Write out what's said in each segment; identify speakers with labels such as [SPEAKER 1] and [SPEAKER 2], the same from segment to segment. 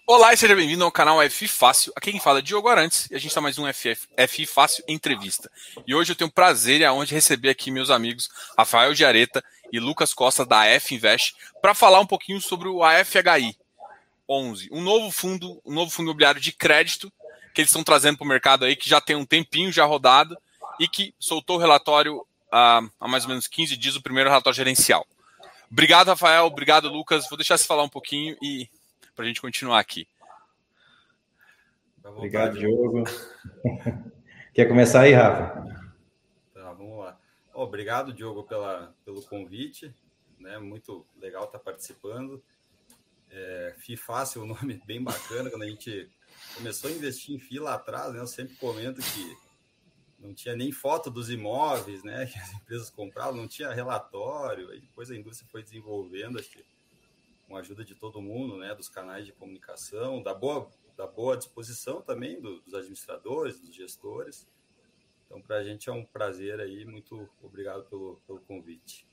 [SPEAKER 1] Olá e seja bem-vindo ao canal FI Fácil. Aqui quem fala é Diogo Arantes e a gente está mais um FI Fácil Entrevista. E hoje eu tenho o prazer e a honra de receber aqui meus amigos Rafael Giareta e Lucas Costa da AF Invest para falar um pouquinho sobre o AFHI 11, um novo fundo imobiliário de crédito que eles estão trazendo para o mercado aí, que já tem um tempinho já rodado e que soltou o relatório há mais ou menos 15 dias, o primeiro relatório gerencial. Obrigado, Rafael. Obrigado, Lucas. Vou deixar você falar um pouquinho e para a gente continuar aqui.
[SPEAKER 2] Obrigado, Diogo. Quer começar aí, Rafa?
[SPEAKER 3] Tá, vamos lá. Obrigado, Diogo, pelo convite, né? Muito legal estar participando. FI Fácil, um nome bem bacana. Quando a gente começou a investir em FI lá atrás, né? Eu sempre comento que não tinha nem foto dos imóveis, né? Que as empresas compravam, não tinha relatório. Aí depois a indústria foi desenvolvendo, acho que com a ajuda de todo mundo, né? Dos canais de comunicação, da boa disposição também dos administradores, dos gestores. Então, para a gente é um prazer aí. Muito obrigado pelo convite.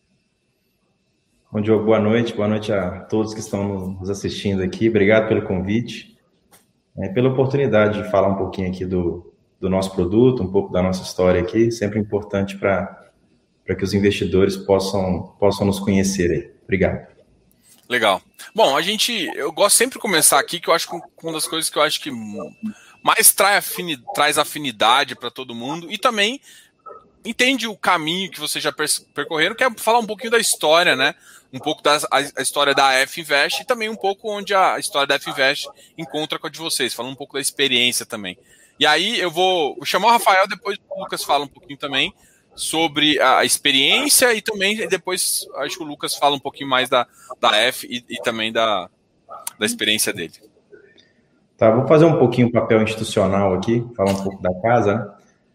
[SPEAKER 2] Bom, Diogo, boa noite a todos que estão nos assistindo aqui. Obrigado pelo convite, pela oportunidade de falar um pouquinho aqui do nosso produto, um pouco da nossa história aqui. Sempre importante para que os investidores possam nos conhecer aí. Obrigado.
[SPEAKER 1] Legal. Bom, eu gosto sempre de começar aqui, que eu acho que uma das coisas que eu acho que mais traz afinidade para todo mundo e também entende o caminho que vocês já percorreram, que é falar um pouquinho da história, né? Um pouco da história da AF Invest e também um pouco onde a história da AF Invest encontra com a de vocês, falando um pouco da experiência também. E aí eu vou chamar o Rafael, depois o Lucas fala um pouquinho também sobre a experiência e também depois acho que o Lucas fala um pouquinho mais da F e também da experiência dele.
[SPEAKER 2] Tá, vou fazer um pouquinho o papel institucional aqui, falar um pouco da casa, né?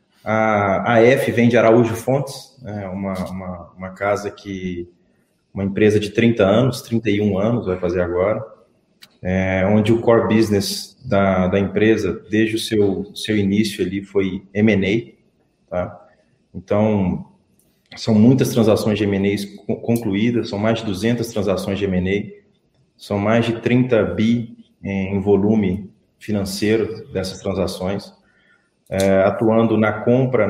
[SPEAKER 2] A F vem de Araújo Fontes, né? uma casa uma empresa de 30 anos, 31 anos vai fazer agora, onde o core business da empresa, desde o seu início ali, foi M&A, tá? Então, são muitas transações de M&A concluídas, são mais de 200 transações de M&A, são mais de 30 bi em volume financeiro dessas transações, atuando na compra,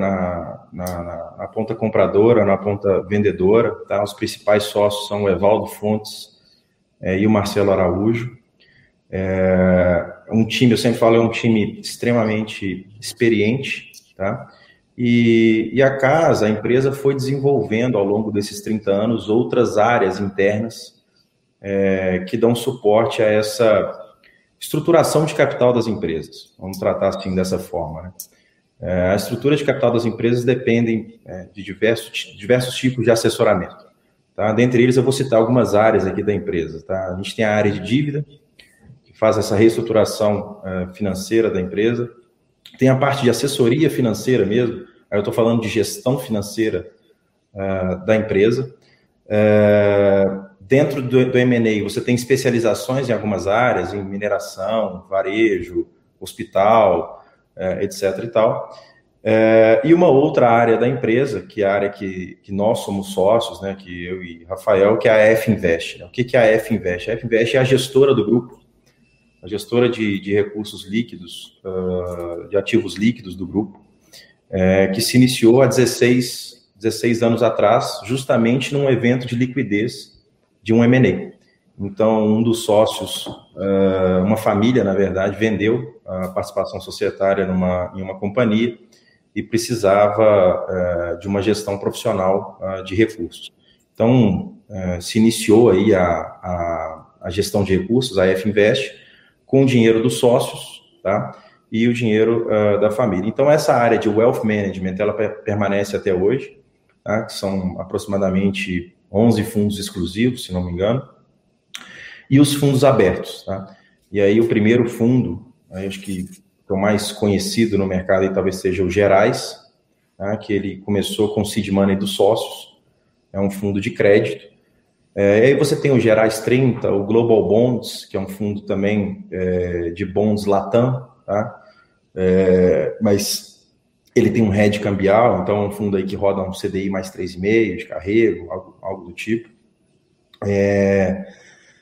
[SPEAKER 2] na ponta compradora, na ponta vendedora, tá? Os principais sócios são o Evaldo Fontes e o Marcelo Araújo. Um time, eu sempre falo, é um time extremamente experiente, tá? E a empresa foi desenvolvendo ao longo desses 30 anos outras áreas internas que dão suporte a essa estruturação de capital das empresas. Vamos tratar assim dessa forma, né? A estrutura de capital das empresas dependem de diversos tipos de assessoramento, tá? Dentre eles eu vou citar algumas áreas aqui da empresa, tá? A gente tem a área de dívida, que faz essa reestruturação financeira da empresa. Tem a parte de assessoria financeira mesmo, aí eu estou falando de gestão financeira da empresa. Dentro do M&A, você tem especializações em algumas áreas, em mineração, varejo, hospital, etc. e tal. E uma outra área da empresa, que é a área que nós somos sócios, né, que eu e Rafael, que é a F Invest. O que é a F Invest? A F Invest é a gestora do grupo, a gestora de recursos líquidos, de ativos líquidos do grupo, que se iniciou há 16 anos atrás, justamente num evento de liquidez de um M&A. Então, um dos sócios, uma família, na verdade, vendeu a participação societária em uma companhia e precisava de uma gestão profissional de recursos. Então, se iniciou aí a gestão de recursos, a F Invest, com o dinheiro dos sócios, tá? E o dinheiro da família. Então, essa área de wealth management, ela permanece até hoje, tá? Que são aproximadamente 11 fundos exclusivos, se não me engano, e os fundos abertos, tá? E aí o primeiro fundo, acho que é o mais conhecido no mercado e talvez seja o Gerais, tá? Que ele começou com o seed money dos sócios, é um fundo de crédito. E aí você tem o Gerais 30, o Global Bonds, que é um fundo também de bonds Latam, tá? Mas ele tem um hedge cambial, então é um fundo aí que roda um CDI mais 3,5 de carrego, algo do tipo.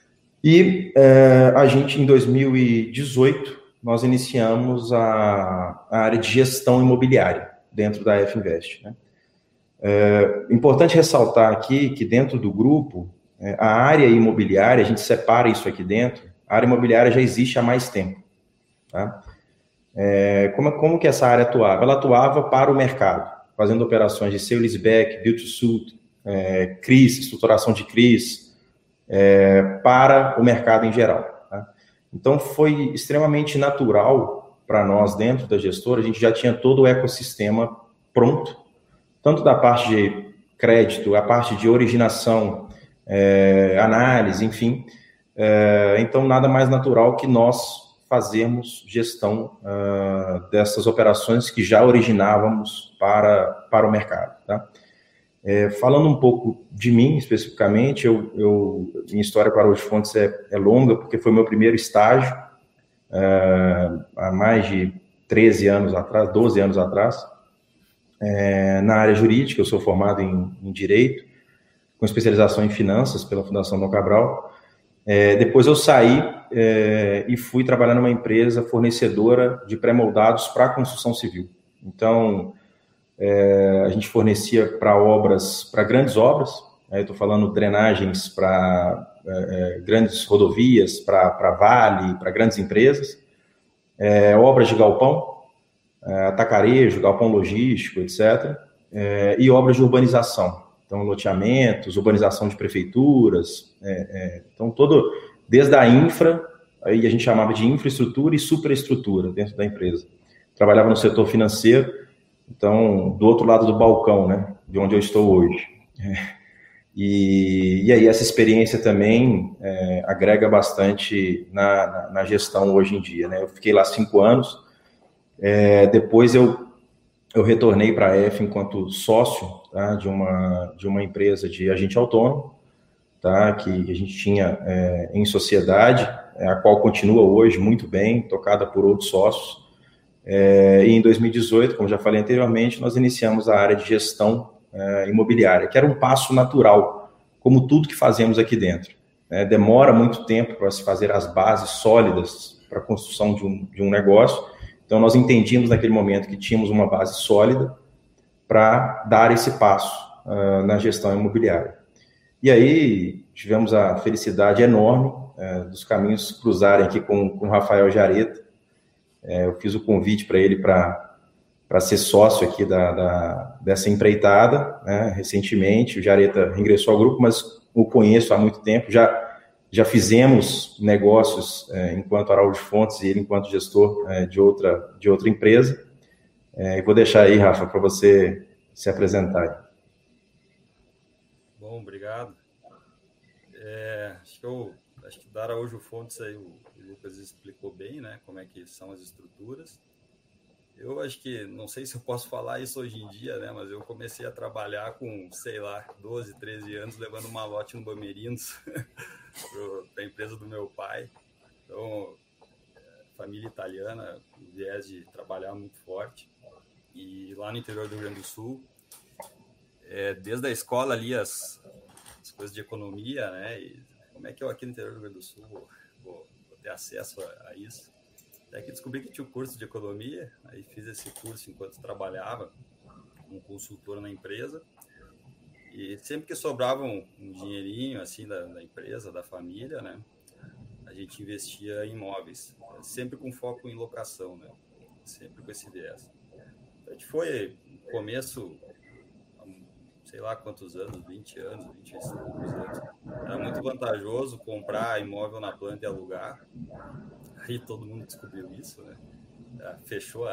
[SPEAKER 2] E a gente, em 2018, nós iniciamos a área de gestão imobiliária dentro da F-Invest, né? Importante ressaltar aqui que dentro do grupo, a área imobiliária, a gente separa isso aqui dentro, a área imobiliária já existe há mais tempo, tá? Como que essa área atuava? Ela atuava para o mercado, fazendo operações de sale-leaseback, build-to-suit, CRIs, estruturação de CRIs, para o mercado em geral, tá? Então, foi extremamente natural para nós, dentro da gestora, a gente já tinha todo o ecossistema pronto, tanto da parte de crédito, a parte de originação, análise, enfim. Então, nada mais natural que nós fazermos gestão dessas operações que já originávamos para o mercado, tá? Falando um pouco de mim, especificamente, minha história para Hoje Fontes é longa, porque foi meu primeiro estágio, há mais de 13 anos atrás, 12 anos atrás, na área jurídica. Eu sou formado em Direito, com especialização em Finanças pela Fundação Dom Cabral. Depois eu saí e fui trabalhar numa empresa fornecedora de pré-moldados para a construção civil. Então, a gente fornecia para obras, para grandes obras, estou falando drenagens para grandes rodovias, para vale, para grandes empresas, obras de galpão, atacarejo, galpão logístico, etc., e obras de urbanização. Então, loteamentos, urbanização de prefeituras, então desde a infra, aí a gente chamava de infraestrutura e superestrutura dentro da empresa. Trabalhava no setor financeiro, então, do outro lado do balcão, né, de onde eu estou hoje. E aí essa experiência também agrega bastante na gestão hoje em dia, né? Eu fiquei lá 5 anos, depois eu retornei para a F enquanto sócio, tá, de uma empresa de agente autônomo, tá, que a gente tinha em sociedade, a qual continua hoje muito bem, tocada por outros sócios. E em 2018, como já falei anteriormente, nós iniciamos a área de gestão imobiliária, que era um passo natural, como tudo que fazemos aqui dentro. Demora muito tempo para se fazer as bases sólidas para a construção de um negócio. Então, nós entendíamos naquele momento que tínhamos uma base sólida para dar esse passo na gestão imobiliária. E aí, tivemos a felicidade enorme dos caminhos cruzarem aqui com o Rafael Jareta. Eu fiz o convite para ele para ser sócio aqui dessa empreitada, né, recentemente. O Jareta ingressou ao grupo, mas o conheço há muito tempo. Já fizemos negócios enquanto Araújo Fontes e ele enquanto gestor de outra empresa. E vou deixar aí, Rafa, para você se apresentar.
[SPEAKER 3] Bom, obrigado. Acho que da Araújo Fontes aí o Lucas explicou bem, né, como é que são as estruturas. Eu acho que, não sei se eu posso falar isso hoje em dia, né, mas eu comecei a trabalhar com, 12, 13 anos, levando malote no Bamerinos para a empresa do meu pai. Então, família italiana, o viés de trabalhar muito forte. E lá no interior do Rio Grande do Sul, desde a escola ali, as coisas de economia, né, e como é que eu aqui no interior do Rio Grande do Sul vou ter acesso a isso? Até que descobri que tinha o curso de economia, aí fiz esse curso enquanto trabalhava como consultor na empresa, e sempre que sobrava um dinheirinho assim da empresa, da família, né, a gente investia em imóveis, sempre com foco em locação, né, sempre com esse viés. A gente foi no começo, sei lá quantos anos, 20 anos, 25 anos, era muito vantajoso comprar imóvel na planta e alugar. Aí todo mundo descobriu isso, né? Fechou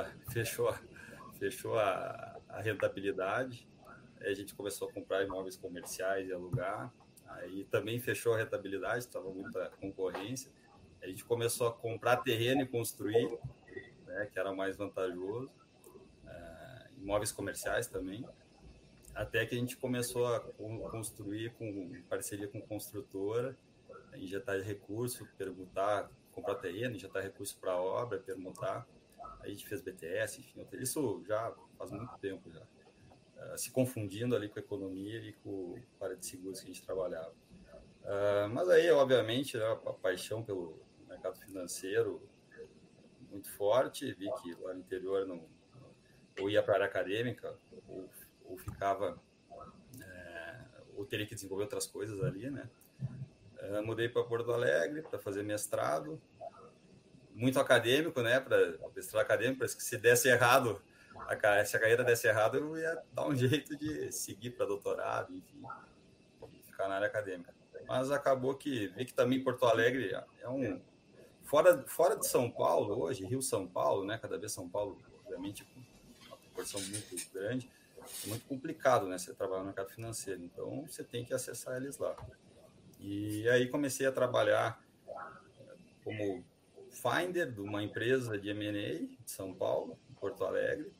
[SPEAKER 3] a rentabilidade. Aí a gente começou a comprar imóveis comerciais e alugar. Aí também fechou a rentabilidade, estava muita concorrência. A gente começou a comprar terreno e construir, né, que era mais vantajoso. Imóveis comerciais também. Até que a gente começou a construir em parceria com construtora, injetar recurso, comprar terreno, injetar recurso para a obra, permutar. Aí a gente fez BTS, enfim, isso já faz muito tempo já. Se confundindo ali com a economia e com a área de seguros que a gente trabalhava. Mas aí, obviamente, né, a paixão pelo mercado financeiro muito forte, vi que lá no interior não, ou ia para a área acadêmica, ou ficava, ou teria que desenvolver outras coisas ali, né? Mudei para Porto Alegre para fazer mestrado, muito acadêmico, né? Para mestrado acadêmico, parece que se desse errado, se a carreira desse errado, eu ia dar um jeito de seguir para doutorado, enfim, e ficar na área acadêmica. Mas acabou que vi que também Porto Alegre é um fora de São Paulo hoje, Rio-São Paulo, né? Cada vez São Paulo, obviamente, com uma proporção muito grande, é muito complicado, né? Você trabalhar no mercado financeiro, então você tem que acessar eles lá. E aí comecei a trabalhar como finder de uma empresa de M&A de São Paulo, em Porto Alegre.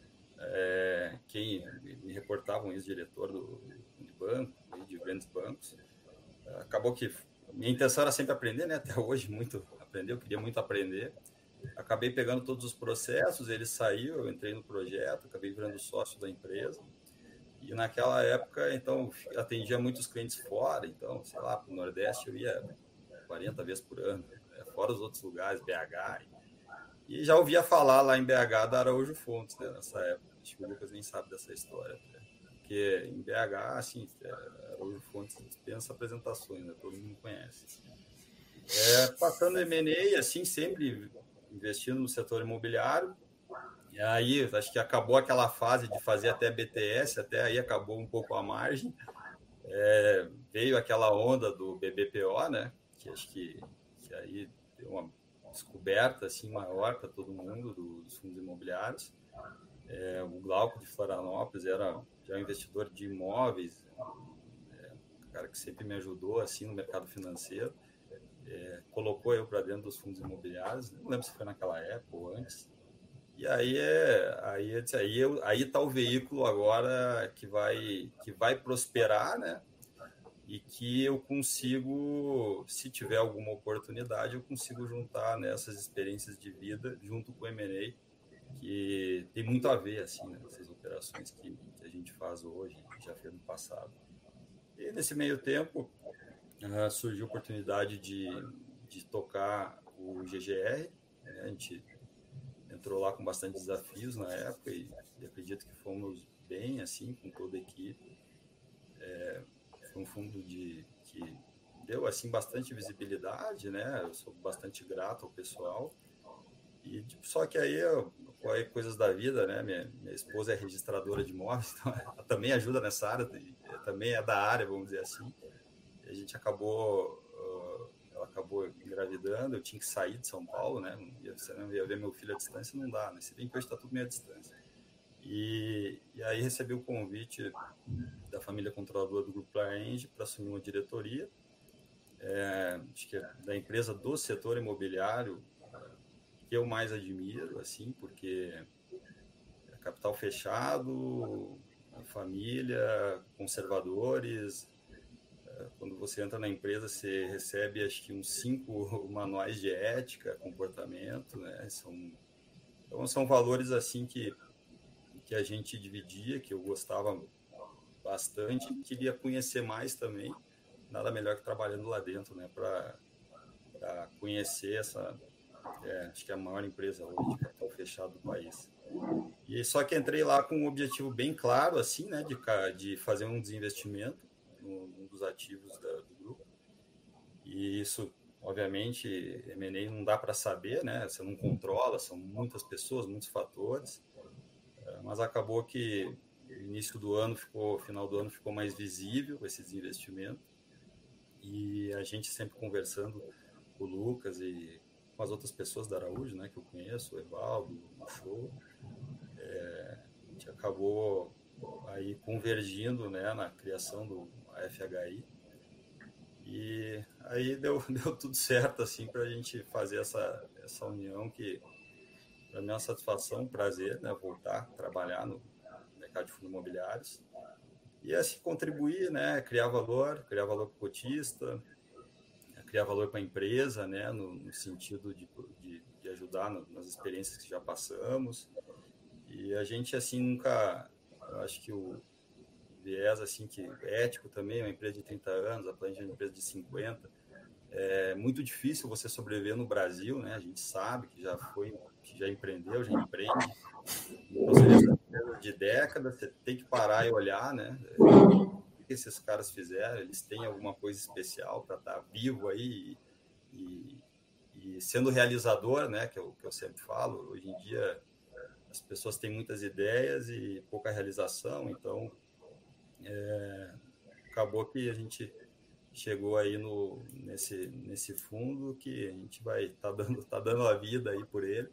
[SPEAKER 3] Quem me reportava, um ex-diretor de banco, de grandes bancos. Acabou que minha intenção era sempre aprender, né? Até hoje muito aprender, eu queria muito aprender. Acabei pegando todos os processos, ele saiu, eu entrei no projeto, acabei virando sócio da empresa. E naquela época, então, atendia muitos clientes fora, então, sei lá, para o Nordeste eu ia 40 vezes por ano, fora os outros lugares, BH. E já ouvia falar lá em BH da Araújo Fontes, né, nessa época. Acho que o Lucas nem sabe dessa história. Né? Porque em BH, assim, Araújo Fontes dispensa apresentações, né, todo mundo conhece. Passando M&A, assim, sempre investindo no setor imobiliário. E aí, acho que acabou aquela fase de fazer até BTS, até aí acabou um pouco a margem. Veio aquela onda do BBPO, né? Que acho que aí deu uma descoberta assim, maior para todo mundo dos fundos imobiliários. O Glauco de Florianópolis era já um investidor de imóveis, um cara que sempre me ajudou assim, no mercado financeiro. Colocou eu para dentro dos fundos imobiliários, não lembro se foi naquela época ou antes. E aí aí tá o veículo agora que vai prosperar, né? E que eu consigo, se tiver alguma oportunidade, eu consigo juntar nessas experiências de vida junto com o M&A, que tem muito a ver assim, né, essas operações que a gente faz hoje, já fez no passado. E nesse meio tempo surgiu a oportunidade de tocar o GGR, né? A gente entrou lá com bastante desafios na época e acredito que fomos bem, assim, com toda a equipe. Foi um fundo que deu, assim, bastante visibilidade, né? Eu sou bastante grato ao pessoal. E só que aí, coisas da vida, né? Minha esposa é registradora de imóveis, então ela também ajuda nessa área, também é da área, vamos dizer assim. E a gente ela acabou engravidando, eu tinha que sair de São Paulo, né? Você não ia ver meu filho à distância, não dá, né? Se bem que hoje está tudo meio à distância. E aí recebi o convite da família controladora do Grupo Clarenge para assumir uma diretoria, acho que da empresa do setor imobiliário que eu mais admiro, assim, porque é capital fechado, família, conservadores. Quando você entra na empresa, você recebe, acho que uns 5 manuais de ética, comportamento, né? Então, são valores, assim, que a gente dividia, que eu gostava bastante e queria conhecer mais também. Nada melhor que trabalhando lá dentro, né? Para conhecer acho que é a maior empresa hoje de capital fechado do país. E só que entrei lá com um objetivo bem claro, assim, né? De fazer um desinvestimento num dos ativos do grupo. E isso, obviamente, M&A não dá para saber, né? Você não controla, são muitas pessoas, muitos fatores. Mas acabou que o início do ano final do ano ficou mais visível esse desinvestimento. E a gente sempre conversando com o Lucas e com as outras pessoas da Araújo, né? Que eu conheço, o Evaldo, o Show. A gente acabou aí convergindo, né, na criação do FHI. E aí deu tudo certo, assim, para a gente fazer essa união que, para mim, é uma satisfação, um prazer, né, voltar a trabalhar no mercado de fundos imobiliários e assim contribuir, né, criar valor para o cotista, criar valor para a empresa, né, no sentido de ajudar nas experiências que já passamos. E a gente, assim, nunca... Eu acho que viés assim, que ético também, uma empresa de 30 anos, a Plante é uma empresa de 50. É muito difícil você sobreviver no Brasil, né? A gente sabe que já empreendeu, já empreende. Então, seja de décadas, você tem que parar e olhar, né? O que esses caras fizeram? Eles têm alguma coisa especial para estar vivo aí e sendo realizador, né? Que eu sempre falo. Hoje em dia, as pessoas têm muitas ideias e pouca realização, então acabou que a gente chegou aí nesse fundo que a gente vai tá dando a vida aí por ele.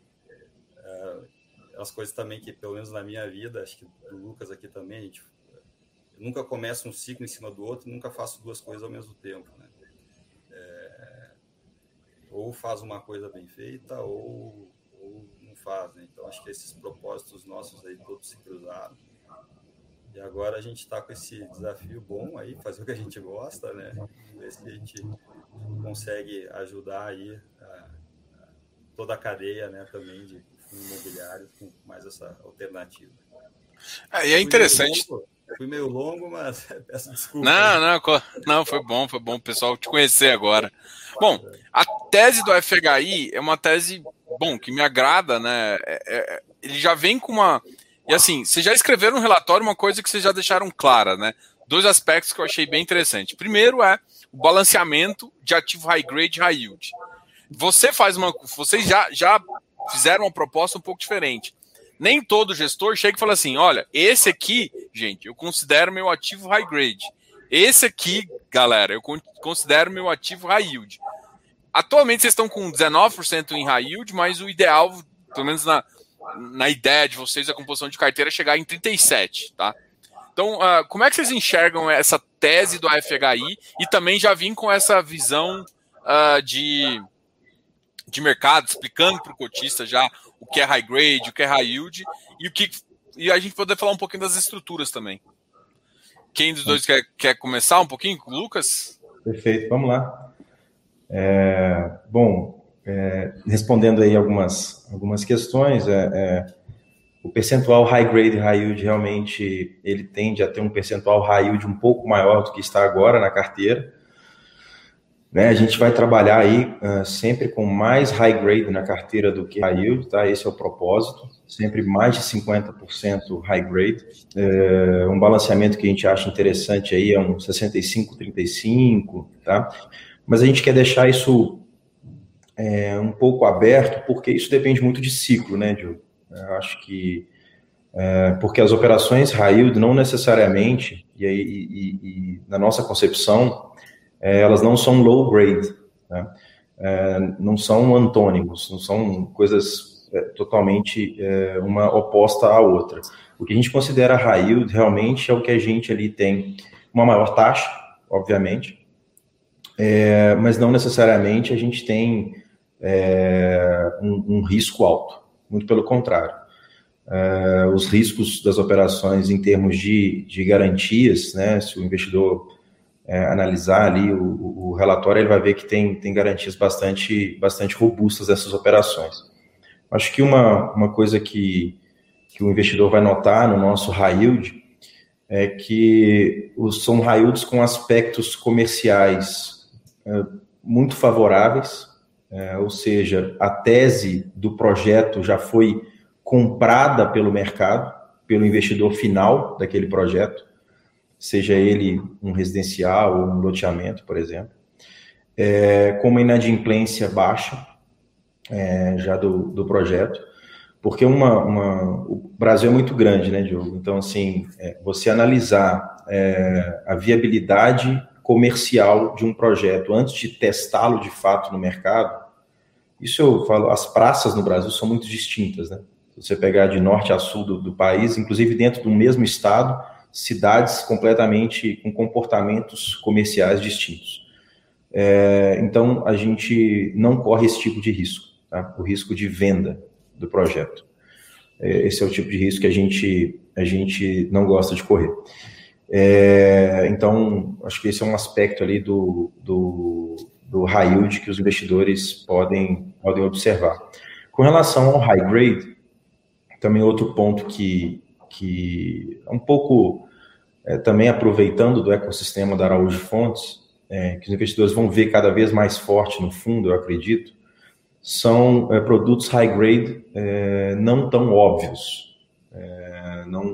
[SPEAKER 3] As coisas também que, pelo menos na minha vida, acho que do Lucas aqui também, eu nunca começo um ciclo em cima do outro, nunca faço duas coisas ao mesmo tempo, né? Ou faz uma coisa bem feita ou não faz, né? Então acho que esses propósitos nossos aí todos se cruzaram. E agora a gente está com esse desafio bom aí, fazer o que a gente gosta, né? Ver se a gente consegue ajudar aí toda a cadeia, né, também de fundo imobiliário com mais essa alternativa.
[SPEAKER 1] E é interessante.
[SPEAKER 3] Fui meio longo, mas peço desculpa.
[SPEAKER 1] Não, foi bom o pessoal te conhecer agora. Bom, a tese do FHI é uma tese, que me agrada, né? Ele já vem com uma... E assim, vocês já escreveram no relatório uma coisa que vocês já deixaram clara, né? 2 aspectos que eu achei bem interessante. Primeiro é o balanceamento de ativo high grade e high yield. Vocês já fizeram uma proposta um pouco diferente. Nem todo gestor chega e fala assim, olha, esse aqui, gente, eu considero meu ativo high grade. Esse aqui, galera, eu considero meu ativo high yield. Atualmente vocês estão com 19% em high yield, mas o ideal, pelo menos na ideia de vocês, a composição de carteira é chegar em 37%, tá? Então, como é que vocês enxergam essa tese do AFHI e também já vim com essa visão de mercado, explicando para o cotista já o que é high grade, o que é high yield e a gente poder falar um pouquinho das estruturas também. Quem dos dois quer começar um pouquinho? Lucas?
[SPEAKER 2] Perfeito, vamos lá. Respondendo aí algumas questões, o percentual high grade e high yield realmente ele tende a ter um percentual high yield um pouco maior do que está agora na carteira. Né, a gente vai trabalhar aí sempre com mais high grade na carteira do que high yield, tá? Esse é o propósito, sempre mais de 50% high grade. Um balanceamento que a gente acha interessante aí é um 65-35, tá? Mas a gente quer deixar isso um pouco aberto, porque isso depende muito de ciclo, né, Diogo? Eu acho que porque as operações high yield não necessariamente, e na nossa concepção, elas não são low grade, né? Não são antônimos, não são coisas totalmente uma oposta à outra. O que a gente considera high yield realmente é o que a gente ali tem uma maior taxa, obviamente, mas não necessariamente a gente tem um risco alto, muito pelo contrário. Os riscos das operações em termos de garantias, né, se o investidor analisar ali o relatório, ele vai ver que tem garantias bastante robustas dessas operações. Acho que uma coisa que o investidor vai notar no nosso high yield é que são high yields com aspectos comerciais muito favoráveis, ou seja, a tese do projeto já foi comprada pelo mercado, pelo investidor final daquele projeto, seja ele um residencial ou um loteamento, por exemplo, com uma inadimplência baixa já do projeto, porque o Brasil é muito grande, né, Diogo? Então, assim, você analisar a viabilidade comercial de um projeto antes de testá-lo de fato no mercado, isso eu falo, as praças no Brasil são muito distintas, né? Se você pegar de norte a sul do país, inclusive dentro do mesmo estado, cidades completamente com comportamentos comerciais distintos. Então, a gente não corre esse tipo de risco, tá? O risco de venda do projeto. Esse é o tipo de risco que a gente não gosta de correr. Então, acho que esse é um aspecto ali do high yield que os investidores podem observar. Com relação ao high grade, também outro ponto que é um pouco também aproveitando do ecossistema da Araújo Fontes, que os investidores vão ver cada vez mais forte no fundo, eu acredito, são produtos high grade não tão óbvios, não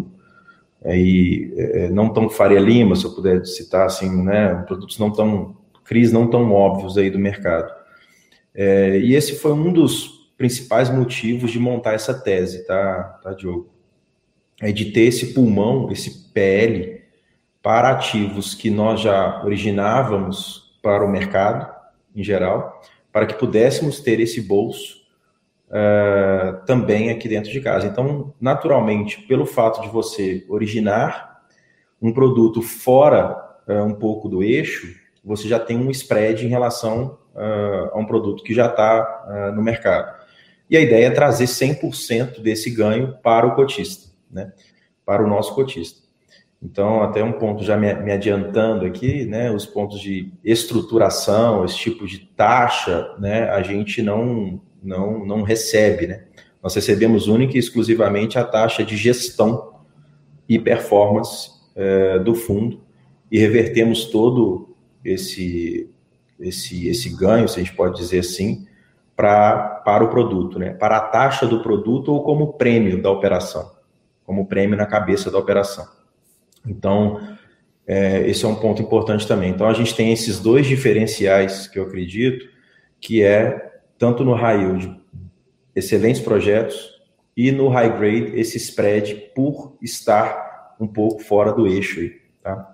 [SPEAKER 2] tão Faria Lima, se eu puder citar assim, né, produtos não tão CRIs não tão óbvios aí do mercado. E esse foi um dos principais motivos de montar essa tese, tá, Diogo? De ter esse pulmão, esse PL, para ativos que nós já originávamos para o mercado, em geral, para que pudéssemos ter esse bolso também aqui dentro de casa. Então, naturalmente, pelo fato de você originar um produto fora um pouco do eixo, você já tem um spread em relação a um produto que já está no mercado. E a ideia é trazer 100% desse ganho para o cotista, né? Para o nosso cotista. Então, até um ponto já me adiantando aqui, né? Os pontos de estruturação, esse tipo de taxa, né? A gente não recebe, né? Nós recebemos única e exclusivamente a taxa de gestão e performance do fundo e revertemos todo esse ganho, se a gente pode dizer assim, para o produto, né? Para a taxa do produto ou como prêmio da operação, como prêmio na cabeça da operação. Então, esse é um ponto importante também. Então, a gente tem esses dois diferenciais que eu acredito, que tanto no high yield, excelentes projetos, e no high grade, esse spread por estar um pouco fora do eixo aí, tá?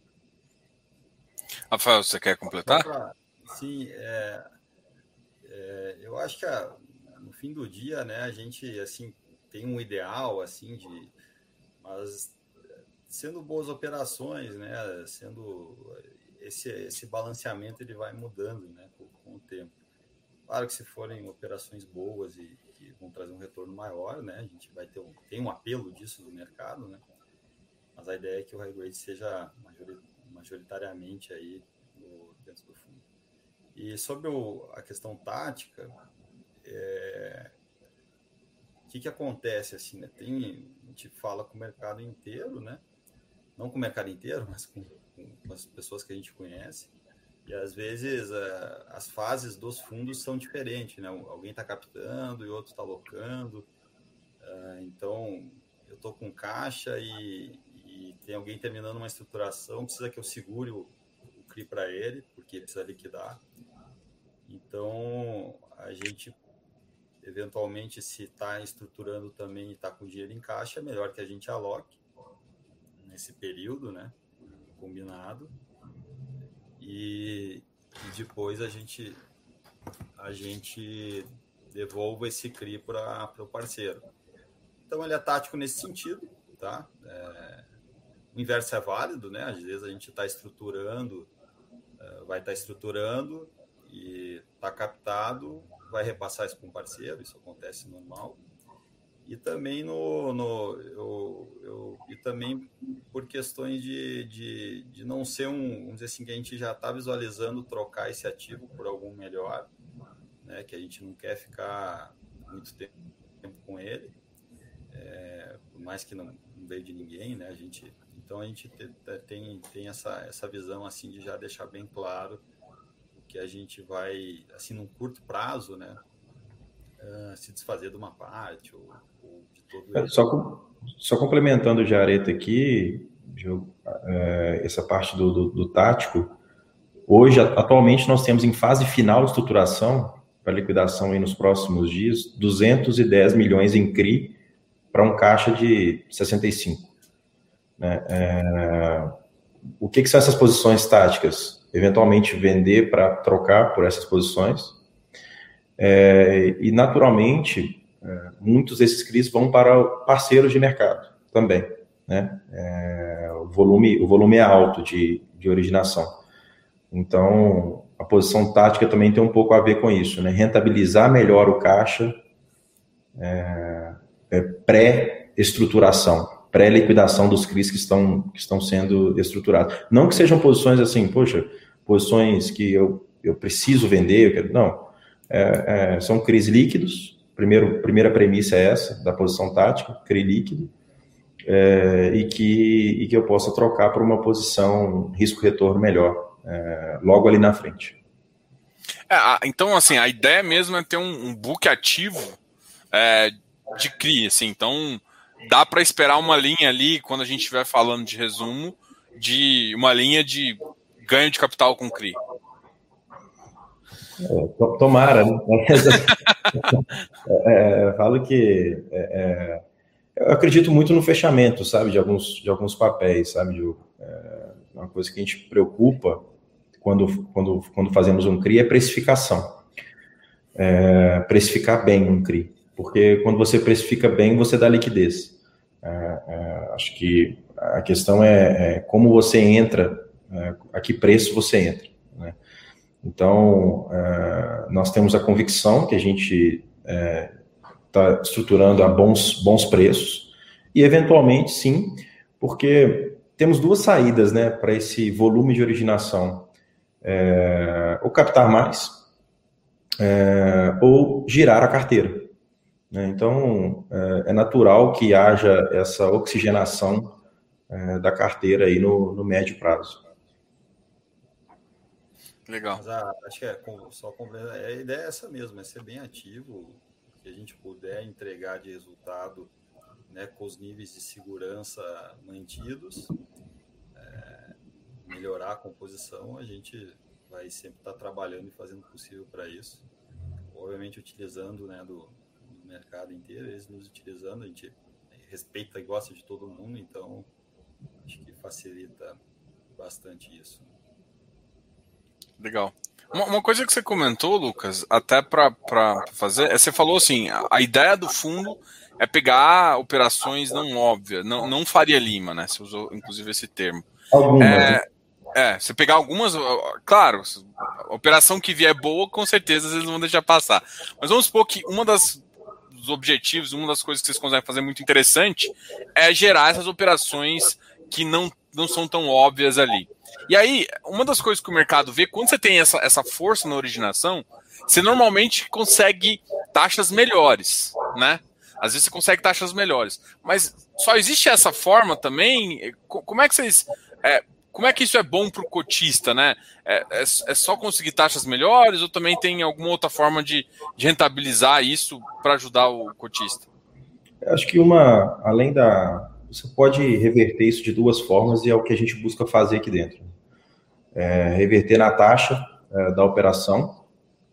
[SPEAKER 1] Rafael, você quer completar?
[SPEAKER 3] Sim, eu acho que no fim do dia, né, a gente assim tem um ideal assim mas sendo boas operações, né, sendo esse balanceamento ele vai mudando, né, com o tempo. Claro que se forem operações boas e que vão trazer um retorno maior, né, a gente vai tem um apelo disso do mercado, né, mas a ideia é que o high grade seja majoritariamente aí dentro do fundo. E sobre a questão tática, o que acontece assim, né? A gente fala com o mercado inteiro, né? Não com o mercado inteiro, mas com as pessoas que a gente conhece. E às vezes as fases dos fundos são diferentes, né? Alguém está captando e outro está alocando. Então, eu estou com caixa e tem alguém terminando uma estruturação, precisa que eu segure o CRI para ele, porque precisa liquidar. Então, a gente, eventualmente, se está estruturando também e está com dinheiro em caixa, é melhor que a gente aloque nesse período, né, combinado. E depois a gente devolva esse CRI para o parceiro. Então, ele é tático nesse sentido, tá? O inverso é válido, né? Às vezes a gente está estruturando, vai estar estruturando e está captado, vai repassar isso para um parceiro, isso acontece normal. E também e também por questões de não ser vamos dizer assim, que a gente já está visualizando trocar esse ativo por algum melhor, né? Que a gente não quer ficar muito tempo com ele, por mais que não veio de ninguém, né? Então a gente tem essa visão assim de já deixar bem claro que a gente vai, assim, num curto prazo, né, se desfazer de uma parte ou de todo ele.
[SPEAKER 2] Só complementando o Jareta aqui, essa parte do tático, hoje, atualmente, nós temos em fase final de estruturação, para liquidação aí nos próximos dias, 210 milhões em CRI para um caixa de 65. O que são essas posições táticas? Eventualmente vender para trocar por essas posições. E naturalmente, muitos desses CRIs vão para parceiros de mercado também, né? O volume é alto de originação. Então, a posição tática também tem um pouco a ver com isso, né? Rentabilizar melhor o caixa pré-estruturação, pré-liquidação dos CRIs que estão sendo estruturados. Não que sejam posições assim, posições que eu preciso vender, não. São CRIs líquidos, primeira premissa é essa, da posição tática, CRI líquido, e que eu possa trocar por uma posição risco-retorno melhor, logo ali na frente.
[SPEAKER 1] Então, assim, a ideia mesmo é ter um book ativo de CRI, assim, então dá para esperar uma linha ali, quando a gente estiver falando de resumo, de uma linha de ganho de capital com CRI.
[SPEAKER 2] Tomara, né? Eu falo que eu acredito muito no fechamento, sabe, de alguns papéis, sabe, Diogo? Uma coisa que a gente preocupa quando fazemos um CRI é precificação. Precificar bem um CRI, porque quando você precifica bem, você dá liquidez. Acho que a questão é como você entra, a que preço você entra, né? Então, nós temos a convicção que a gente está estruturando a bons preços e, eventualmente, sim, porque temos duas saídas, né, para esse volume de originação. Ou captar mais, ou girar a carteira, né? Então, é natural que haja essa oxigenação da carteira aí no médio prazo.
[SPEAKER 1] Legal.
[SPEAKER 3] Mas acho que só complementar, a ideia é essa mesmo, é ser bem ativo, que a gente puder entregar de resultado, né, com os níveis de segurança mantidos, melhorar a composição, a gente vai sempre estar trabalhando e fazendo o possível para isso. Obviamente utilizando, né, do mercado inteiro, eles nos utilizando, a gente respeita e gosta de todo mundo, então acho que facilita bastante isso.
[SPEAKER 1] Legal. Uma coisa que você comentou, Lucas, até para fazer, você falou assim, a ideia do fundo é pegar operações não óbvias, não Faria Lima, né? Você usou inclusive esse termo.
[SPEAKER 2] Algumas.
[SPEAKER 1] Você pegar algumas, claro, a operação que vier boa, com certeza eles vão deixar passar. Mas vamos supor que dos objetivos, uma das coisas que vocês conseguem fazer muito interessante é gerar essas operações que não são tão óbvias ali. E aí, uma das coisas que o mercado vê, quando você tem essa força na originação, você normalmente consegue taxas melhores, né? Às vezes você consegue taxas melhores. Mas só existe essa forma também? Como é que vocês... como é que isso é bom para o cotista, né? É só conseguir taxas melhores ou também tem alguma outra forma de rentabilizar isso para ajudar o cotista?
[SPEAKER 2] Acho que você pode reverter isso de duas formas e é o que a gente busca fazer aqui dentro. Reverter na taxa da operação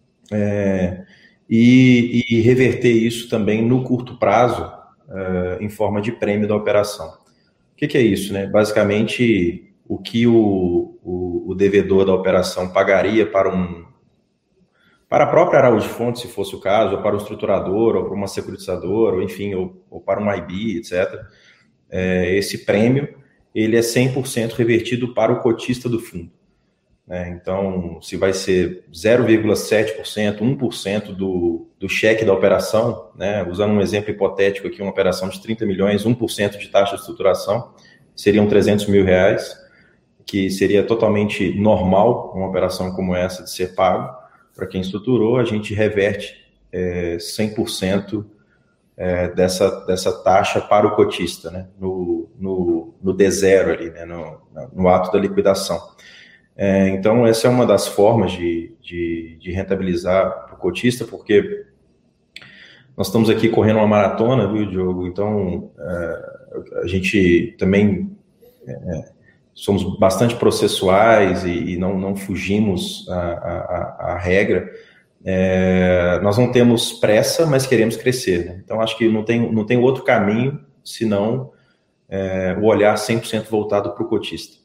[SPEAKER 2] e reverter isso também no curto prazo em forma de prêmio da operação. O que é isso, né? Basicamente, o que o devedor da operação pagaria para a própria Araújo Fontes, se fosse o caso, ou para um estruturador, ou para uma securitizadora, ou enfim, ou para um IB, etc. Esse prêmio, ele é 100% revertido para o cotista do fundo. Então, se vai ser 0,7%, 1% do cheque da operação, né, usando um exemplo hipotético aqui, uma operação de 30 milhões, 1% de taxa de estruturação, seriam 300 mil reais, que seria totalmente normal uma operação como essa de ser pago. Para quem estruturou, a gente reverte 100% dessa taxa para o cotista, né, no D0 ali, né, no ato da liquidação. Então, essa é uma das formas de rentabilizar para o cotista, porque nós estamos aqui correndo uma maratona, viu, Diogo? Então, a gente também somos bastante processuais e não fugimos à regra. Nós não temos pressa, mas queremos crescer, né? Então, acho que não tem outro caminho senão o olhar 100% voltado para o cotista.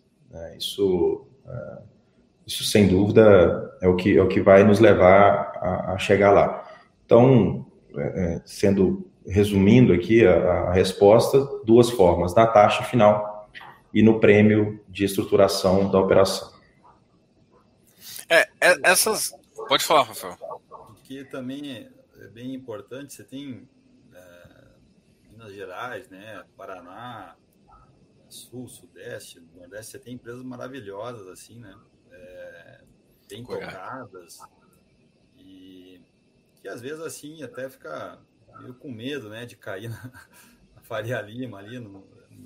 [SPEAKER 2] Isso, sem dúvida, é o que vai nos levar a chegar lá. Então, resumindo aqui a resposta, duas formas, na taxa final e no prêmio de estruturação da operação.
[SPEAKER 1] Essas... Pode falar, Rafael.
[SPEAKER 3] Que também é bem importante, você tem Minas Gerais, né, Paraná, Sul, Sudeste, Nordeste, você tem empresas maravilhosas, assim, né, bem tocadas, e que às vezes, assim, até fica meio com medo, né, de cair na Faria Lima, ali no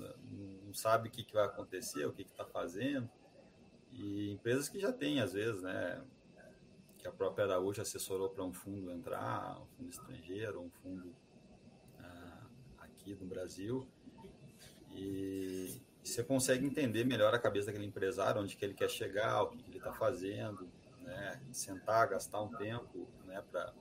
[SPEAKER 3] sabe o que vai acontecer, o que está fazendo. E empresas que já têm, às vezes, né, que a própria Araújo assessorou para um fundo entrar, um fundo estrangeiro, um fundo aqui no Brasil, e você consegue entender melhor a cabeça daquele empresário, onde que ele quer chegar, o que ele está fazendo, né, sentar, gastar um tempo, né,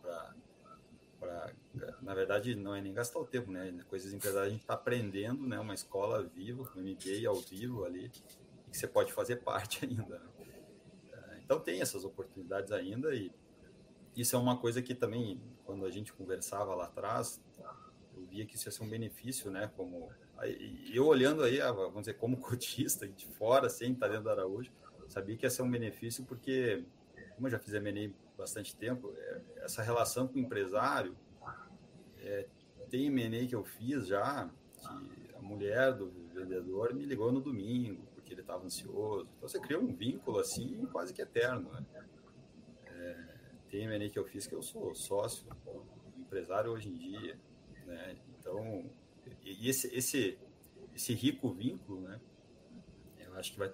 [SPEAKER 3] na verdade, não é nem gastar o tempo, né, coisas empresárias a gente está aprendendo, né, uma escola viva, um MBA ao vivo ali, que você pode fazer parte ainda, né? Então tem essas oportunidades ainda, e isso é uma coisa que também, quando a gente conversava lá atrás, eu via que isso ia ser um benefício, né? Como eu olhando aí, vamos dizer, como cotista de fora, sem estar dentro da Araújo, sabia que ia ser um benefício porque, como eu já fiz M&A bastante tempo, essa relação com o empresário, tem M&A que eu fiz já, que a mulher do vendedor me ligou no domingo, porque ele estava ansioso. Então você cria um vínculo assim quase que eterno, né? Tem M&A que eu fiz que eu sou sócio do empresário hoje em dia, né? Então, e esse rico vínculo, né? Eu acho que vai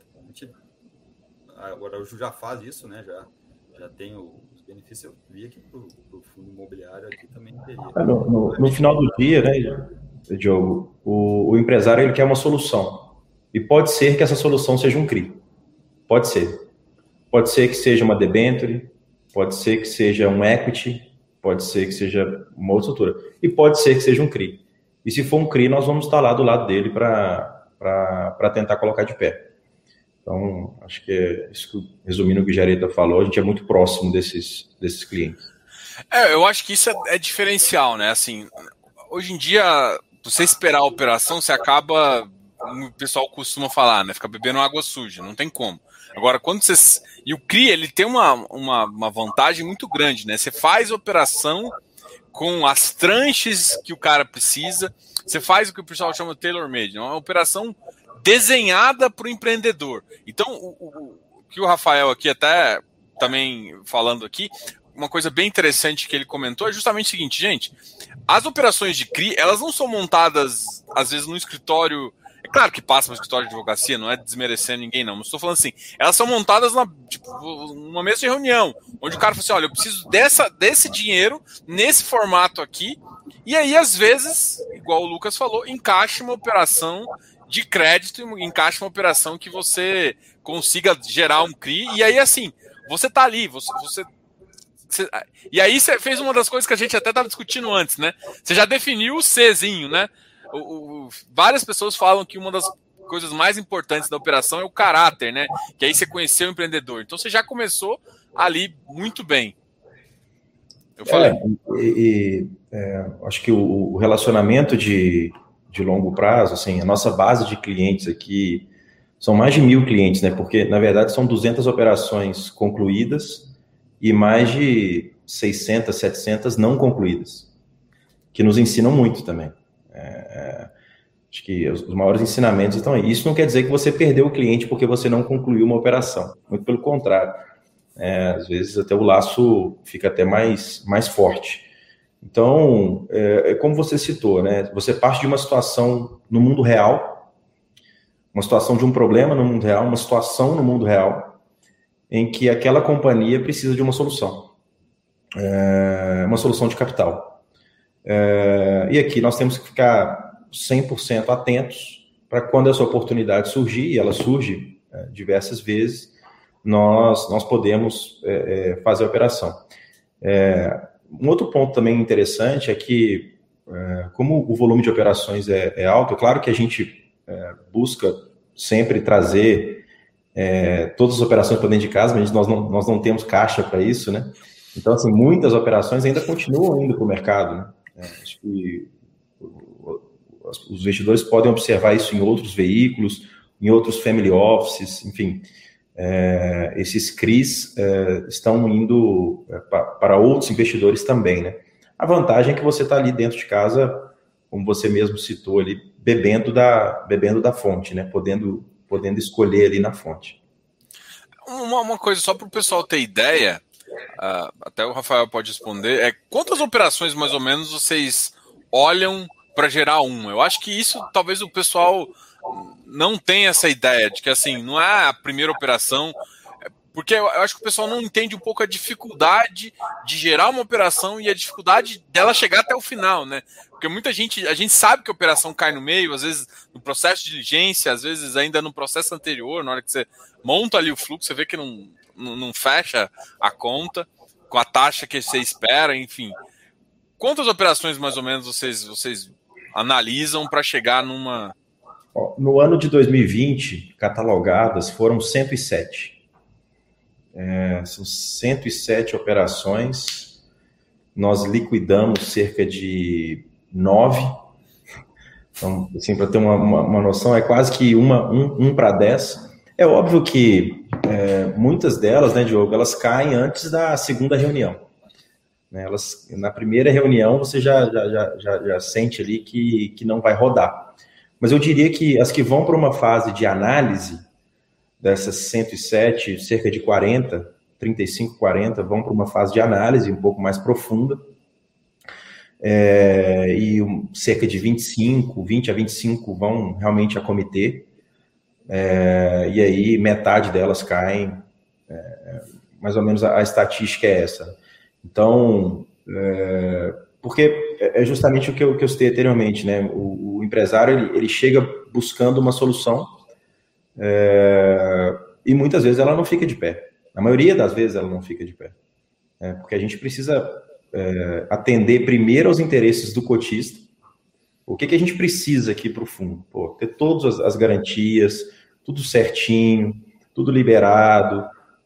[SPEAKER 3] agora o Ju já faz isso, né? Já tem os benefícios. Eu vi aqui para o fundo imobiliário aqui também teria.
[SPEAKER 2] No final do dia, né, Diogo, o empresário ele quer uma solução. E pode ser que essa solução seja um CRI. Pode ser. Pode ser que seja uma debenture, pode ser que seja um equity, pode ser que seja uma outra estrutura. E pode ser que seja um CRI. E se for um CRI, nós vamos estar lá do lado dele para tentar colocar de pé. Então, acho que é isso, resumindo o que o Jareta falou, a gente é muito próximo desses clientes.
[SPEAKER 1] Eu acho que isso é diferencial, né? Assim, hoje em dia, você esperar a operação, você acaba, o pessoal costuma falar, né? Fica bebendo água suja, não tem como. Agora, quando você... E o CRI, ele tem uma vantagem muito grande, né? Você faz a operação com as tranches que o cara precisa, você faz o que o pessoal chama de tailor-made, uma operação desenhada para o empreendedor. Então, o que o Rafael aqui até também falando aqui, uma coisa bem interessante que ele comentou é justamente o seguinte, gente, as operações de CRI, elas não são montadas, às vezes, no escritório, é claro que passa no escritório de advocacia, não é desmerecendo ninguém, não, mas estou falando assim, elas são montadas numa mesa de reunião, onde o cara fala assim, olha, eu preciso desse dinheiro, nesse formato aqui, e aí, às vezes, igual o Lucas falou, encaixa uma operação de crédito, encaixa uma operação que você consiga gerar um CRI, e aí, assim, você tá ali, e aí você fez uma das coisas que a gente até estava discutindo antes, né? Você já definiu o Czinho, né? Várias pessoas falam que uma das coisas mais importantes da operação é o caráter, né? Que aí você conheceu o empreendedor. Então você já começou ali muito bem.
[SPEAKER 2] Eu falei. Acho que o relacionamento de longo prazo, assim, a nossa base de clientes aqui são mais de 1.000 clientes, né? Porque, na verdade, são 200 operações concluídas e mais de 600, 700 não concluídas, que nos ensinam muito também. Acho que os maiores ensinamentos estão aí. Isso não quer dizer que você perdeu o cliente porque você não concluiu uma operação. Muito pelo contrário. Às vezes até o laço fica até mais forte. Então, como você citou, né? Você parte de uma situação no mundo real, uma situação de um problema no mundo real, uma situação no mundo real, em que aquela companhia precisa de uma solução de capital. E aqui nós temos que ficar 100% atentos para quando essa oportunidade surgir, e ela surge diversas vezes, nós podemos fazer a operação. Um outro ponto também interessante é que, como o volume de operações é alto, é claro que a gente busca sempre trazer todas as operações para dentro de casa, mas nós não temos caixa para isso, né? Então, assim, muitas operações ainda continuam indo para o mercado, né? Acho que os investidores podem observar isso em outros veículos, em outros family offices, enfim. Esses CRIs estão indo para outros investidores também, né? A vantagem é que você está ali dentro de casa, como você mesmo citou ali, bebendo da fonte, né? Podendo escolher ali na fonte.
[SPEAKER 1] Uma coisa só para o pessoal ter ideia, até o Rafael pode responder, quantas operações mais ou menos vocês olham para gerar uma? Eu acho que isso talvez o pessoal não tem essa ideia de que, assim, não é a primeira operação, porque eu acho que o pessoal não entende um pouco a dificuldade de gerar uma operação e a dificuldade dela chegar até o final, né? Porque muita gente, a gente sabe que a operação cai no meio, às vezes no processo de diligência, às vezes ainda no processo anterior, na hora que você monta ali o fluxo, você vê que não fecha a conta com a taxa que você espera, enfim. Quantas operações, mais ou menos, vocês analisam para chegar numa...
[SPEAKER 2] No ano de 2020, catalogadas foram 107. São 107 operações. Nós liquidamos cerca de 9. Então, assim, para ter uma noção, é quase que 1 para 10. É óbvio que muitas delas, né, Diogo, elas caem antes da segunda reunião. Né, na primeira reunião, você já sente ali que não vai rodar. Mas eu diria que as que vão para uma fase de análise, dessas 107, cerca de 40, 35, 40, vão para uma fase de análise um pouco mais profunda, e cerca de 20 a 25 vão realmente a comitê, e aí metade delas caem, mais ou menos a estatística é essa. Então, porque é justamente o que eu citei anteriormente, né? O empresário, ele chega buscando uma solução, e muitas vezes ela não fica de pé. Na maioria das vezes ela não fica de pé. Porque a gente precisa atender primeiro aos interesses do cotista. O que a gente precisa aqui para o fundo? Ter todas as garantias, tudo certinho, tudo liberado,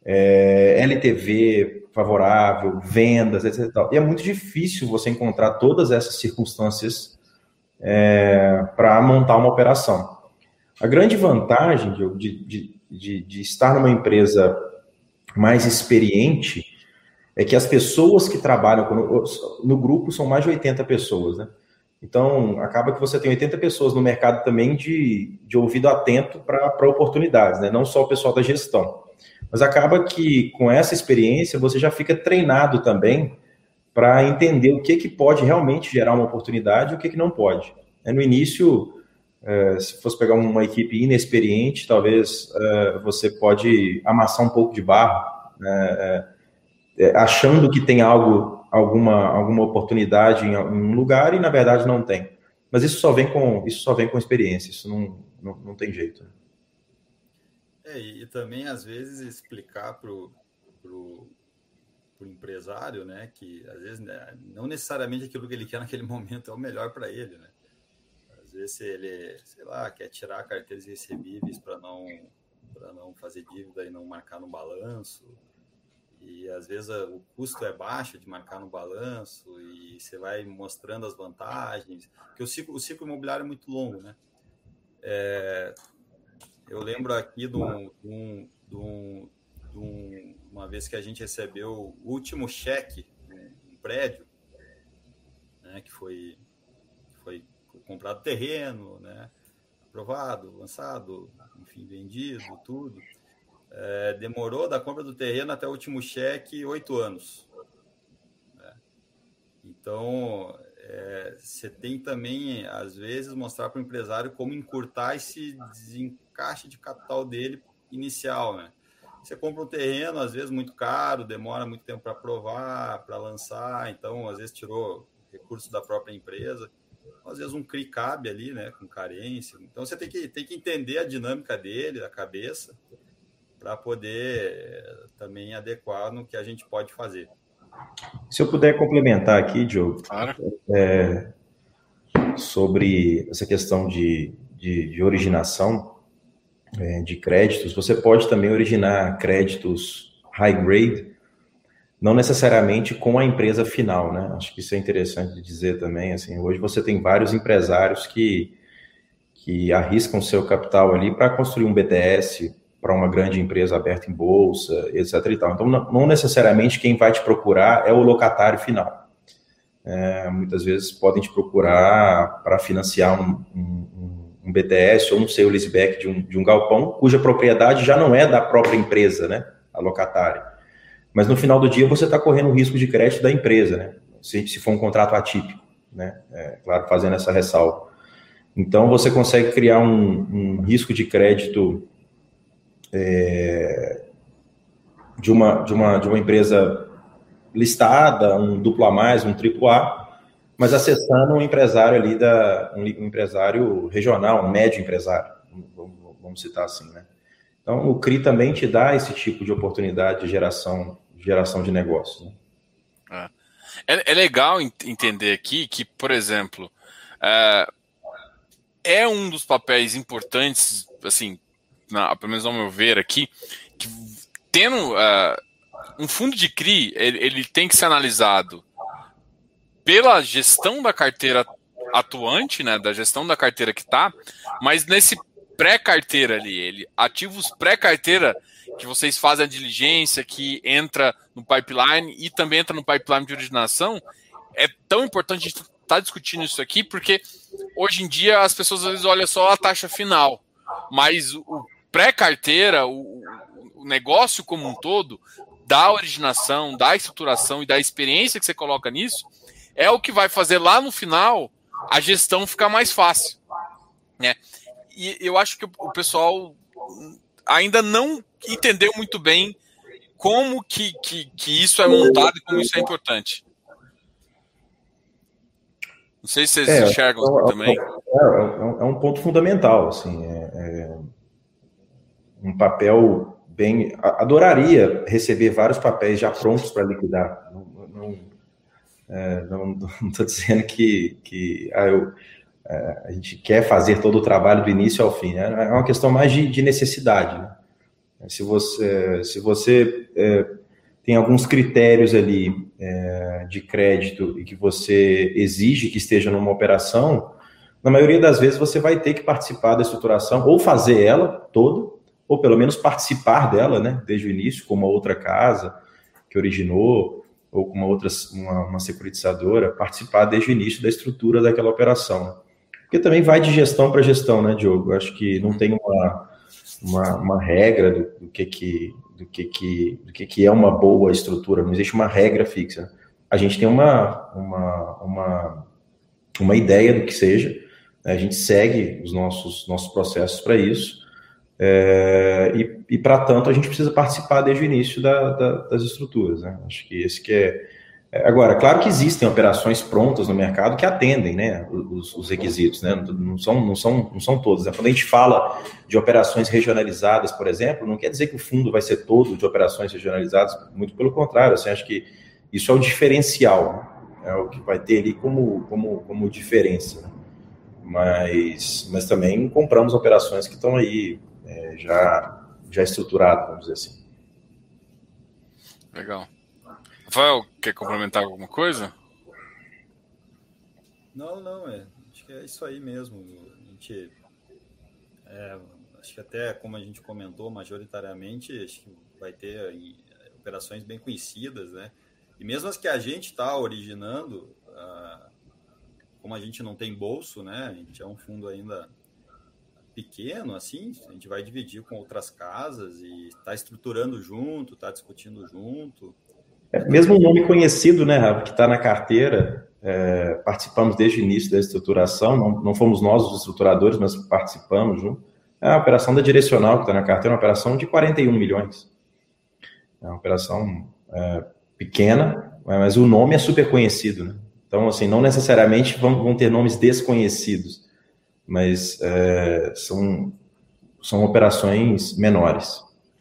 [SPEAKER 2] LTV favorável, vendas, etc. E é muito difícil você encontrar todas essas circunstâncias para montar uma operação. A grande vantagem de estar numa empresa mais experiente é que as pessoas que trabalham no grupo são mais de 80 pessoas, né? Então, acaba que você tem 80 pessoas no mercado também de ouvido atento para oportunidades, né? Não só o pessoal da gestão. Mas acaba que, com essa experiência, você já fica treinado também para entender o que pode realmente gerar uma oportunidade e o que não pode. No início, se fosse pegar uma equipe inexperiente, talvez você pode amassar um pouco de barro, achando que tem alguma oportunidade em um lugar e, na verdade, não tem. Mas isso só vem com experiência, isso não tem jeito.
[SPEAKER 3] E também, às vezes, explicar para o empresário, né, que, às vezes, não necessariamente aquilo que ele quer naquele momento é o melhor para ele, né? Às vezes, se ele, sei lá, quer tirar carteiras recebíveis para não fazer dívida e não marcar no balanço, e, às vezes, o custo é baixo de marcar no balanço e você vai mostrando as vantagens, porque o ciclo imobiliário é muito longo, né? Eu lembro aqui de uma vez que a gente recebeu o último cheque de um prédio, né, que foi comprado terreno, né, aprovado, lançado, enfim, vendido, tudo. Demorou da compra do terreno até o último cheque 8 anos. Né? Então, você tem também, às vezes, mostrar para o empresário como encurtar esse desencaixe de capital dele inicial, né? Você compra um terreno, às vezes, muito caro, demora muito tempo para aprovar, para lançar, então, às vezes, tirou recursos da própria empresa. Às vezes, um CRI cabe ali, né, com carência. Então, você tem que entender a dinâmica dele, a cabeça, para poder também adequar no que a gente pode fazer.
[SPEAKER 2] Se eu puder complementar aqui, Diogo,
[SPEAKER 1] claro.
[SPEAKER 2] Sobre essa questão de originação de créditos, você pode também originar créditos high grade, não necessariamente com a empresa final, né? Acho que isso é interessante de dizer também. Assim, hoje você tem vários empresários que arriscam seu capital ali para construir um BTS para uma grande empresa aberta em bolsa, etc. e tal. Então, não necessariamente quem vai te procurar é o locatário final. Muitas vezes podem te procurar para financiar um BTS ou um sale leaseback de um galpão, cuja propriedade já não é da própria empresa, né, a locatária. Mas no final do dia você está correndo o risco de crédito da empresa, né, se for um contrato atípico, né, claro, fazendo essa ressalva. Então, você consegue criar um risco de crédito de uma empresa listada, um duplo A mais, um triplo A, mas acessando um empresário ali, um empresário regional, um médio empresário, vamos citar assim, né? Então, o CRI também te dá esse tipo de oportunidade de geração de negócio, né?
[SPEAKER 1] É legal entender aqui que, por exemplo, é um dos papéis importantes, assim, pelo menos ao meu ver aqui, que tendo um fundo de CRI, ele tem que ser analisado pela gestão da carteira atuante, né, da gestão da carteira que está, mas nesse pré-carteira ali, ativos pré-carteira que vocês fazem a diligência, que entra no pipeline e também entra no pipeline de originação, é tão importante a gente estar discutindo isso aqui, porque hoje em dia as pessoas às vezes olham só a taxa final, mas o pré-carteira, o negócio como um todo, da originação, da estruturação e da experiência que você coloca nisso, é o que vai fazer lá no final a gestão ficar mais fácil, né? E eu acho que o pessoal ainda não entendeu muito bem como que isso é montado e como isso é importante. Não sei se vocês enxergam também.
[SPEAKER 2] É um ponto fundamental, assim, um papel bem... Adoraria receber vários papéis já prontos para liquidar. Não estou dizendo que a gente quer fazer todo o trabalho do início ao fim, né? É uma questão mais de necessidade, né? Se você tem alguns critérios ali de crédito e que você exige que esteja numa operação, na maioria das vezes você vai ter que participar da estruturação, ou fazer ela toda, ou pelo menos participar dela, né, desde o início, com uma outra casa que originou, ou com uma securitizadora, participar desde o início da estrutura daquela operação. Porque também vai de gestão para gestão, né, Diogo? Eu acho que não tem uma regra do que é uma boa estrutura, não existe uma regra fixa. A gente tem uma ideia do que seja, né? A gente segue os nossos processos para isso, e para tanto a gente precisa participar desde o início das estruturas, né? Acho que esse que é... Agora, claro que existem operações prontas no mercado que atendem, né, os requisitos, né? Não são todas, né? Quando a gente fala de operações regionalizadas, por exemplo, não quer dizer que o fundo vai ser todo de operações regionalizadas, muito pelo contrário, assim, acho que isso é o diferencial, né? É o que vai ter ali como diferença, né? Mas também compramos operações que estão aí já estruturadas, vamos dizer assim.
[SPEAKER 1] Legal. Rafael, quer complementar alguma coisa?
[SPEAKER 3] Não, acho que é isso aí mesmo. A gente, acho que até como a gente comentou, majoritariamente, acho que vai ter operações bem conhecidas, né? E mesmo as que a gente está originando, como a gente não tem bolso, né? A gente é um fundo ainda pequeno, assim, a gente vai dividir com outras casas e está estruturando junto, está discutindo junto.
[SPEAKER 2] Mesmo um nome conhecido, né, Rafa, que está na carteira, participamos desde o início da estruturação, não fomos nós os estruturadores, mas participamos junto. É a operação da Direcional que está na carteira, uma operação de 41 milhões. É uma operação pequena, mas o nome é super conhecido, né? Então, assim, não necessariamente vão ter nomes desconhecidos, mas são operações menores.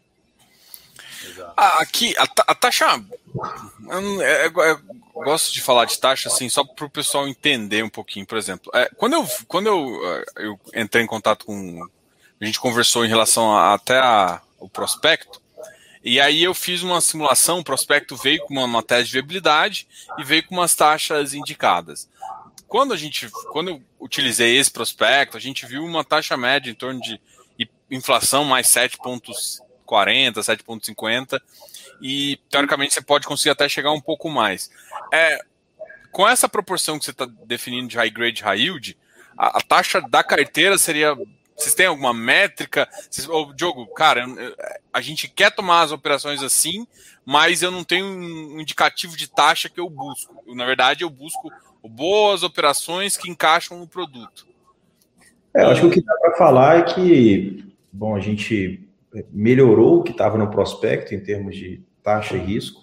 [SPEAKER 1] Aqui, a taxa... Eu gosto de falar de taxa, assim, só para o pessoal entender um pouquinho. Por exemplo, quando eu entrei em contato com... A gente conversou em relação até o prospecto, e aí eu fiz uma simulação, o prospecto veio com uma tese de viabilidade e veio com umas taxas indicadas. Quando eu utilizei esse prospecto, a gente viu uma taxa média em torno de inflação mais 7,40, 7,50, e teoricamente você pode conseguir até chegar um pouco mais. Com essa proporção que você está definindo de high grade, high yield, a taxa da carteira seria... Vocês têm alguma métrica? Diogo, cara, a gente quer tomar as operações assim, mas eu não tenho um indicativo de taxa que eu busco. Na verdade, eu busco boas operações que encaixam no produto.
[SPEAKER 2] Eu acho que o que dá para falar é que, bom, a gente melhorou o que estava no prospecto em termos de taxa e risco.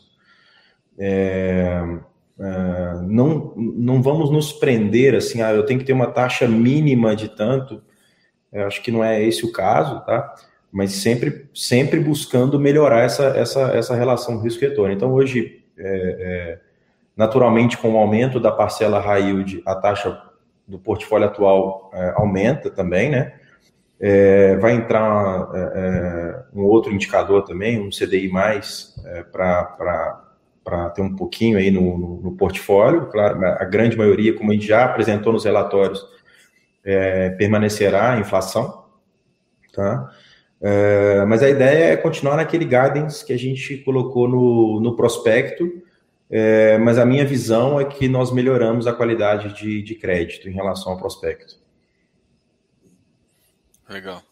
[SPEAKER 2] Não vamos nos prender assim, eu tenho que ter uma taxa mínima de tanto. Eu acho que não é esse o caso, tá? Mas sempre buscando melhorar essa relação risco-retorno. Então, hoje, naturalmente, com o aumento da parcela high yield, a taxa do portfólio atual aumenta também, né? Vai entrar um outro indicador também, um CDI+, para ter um pouquinho aí no portfólio. Claro, a grande maioria, como a gente já apresentou nos relatórios, permanecerá a inflação, tá? Mas a ideia é continuar naquele guidance que a gente colocou no prospecto, mas a minha visão é que nós melhoramos a qualidade de crédito em relação ao prospecto.
[SPEAKER 1] Legal.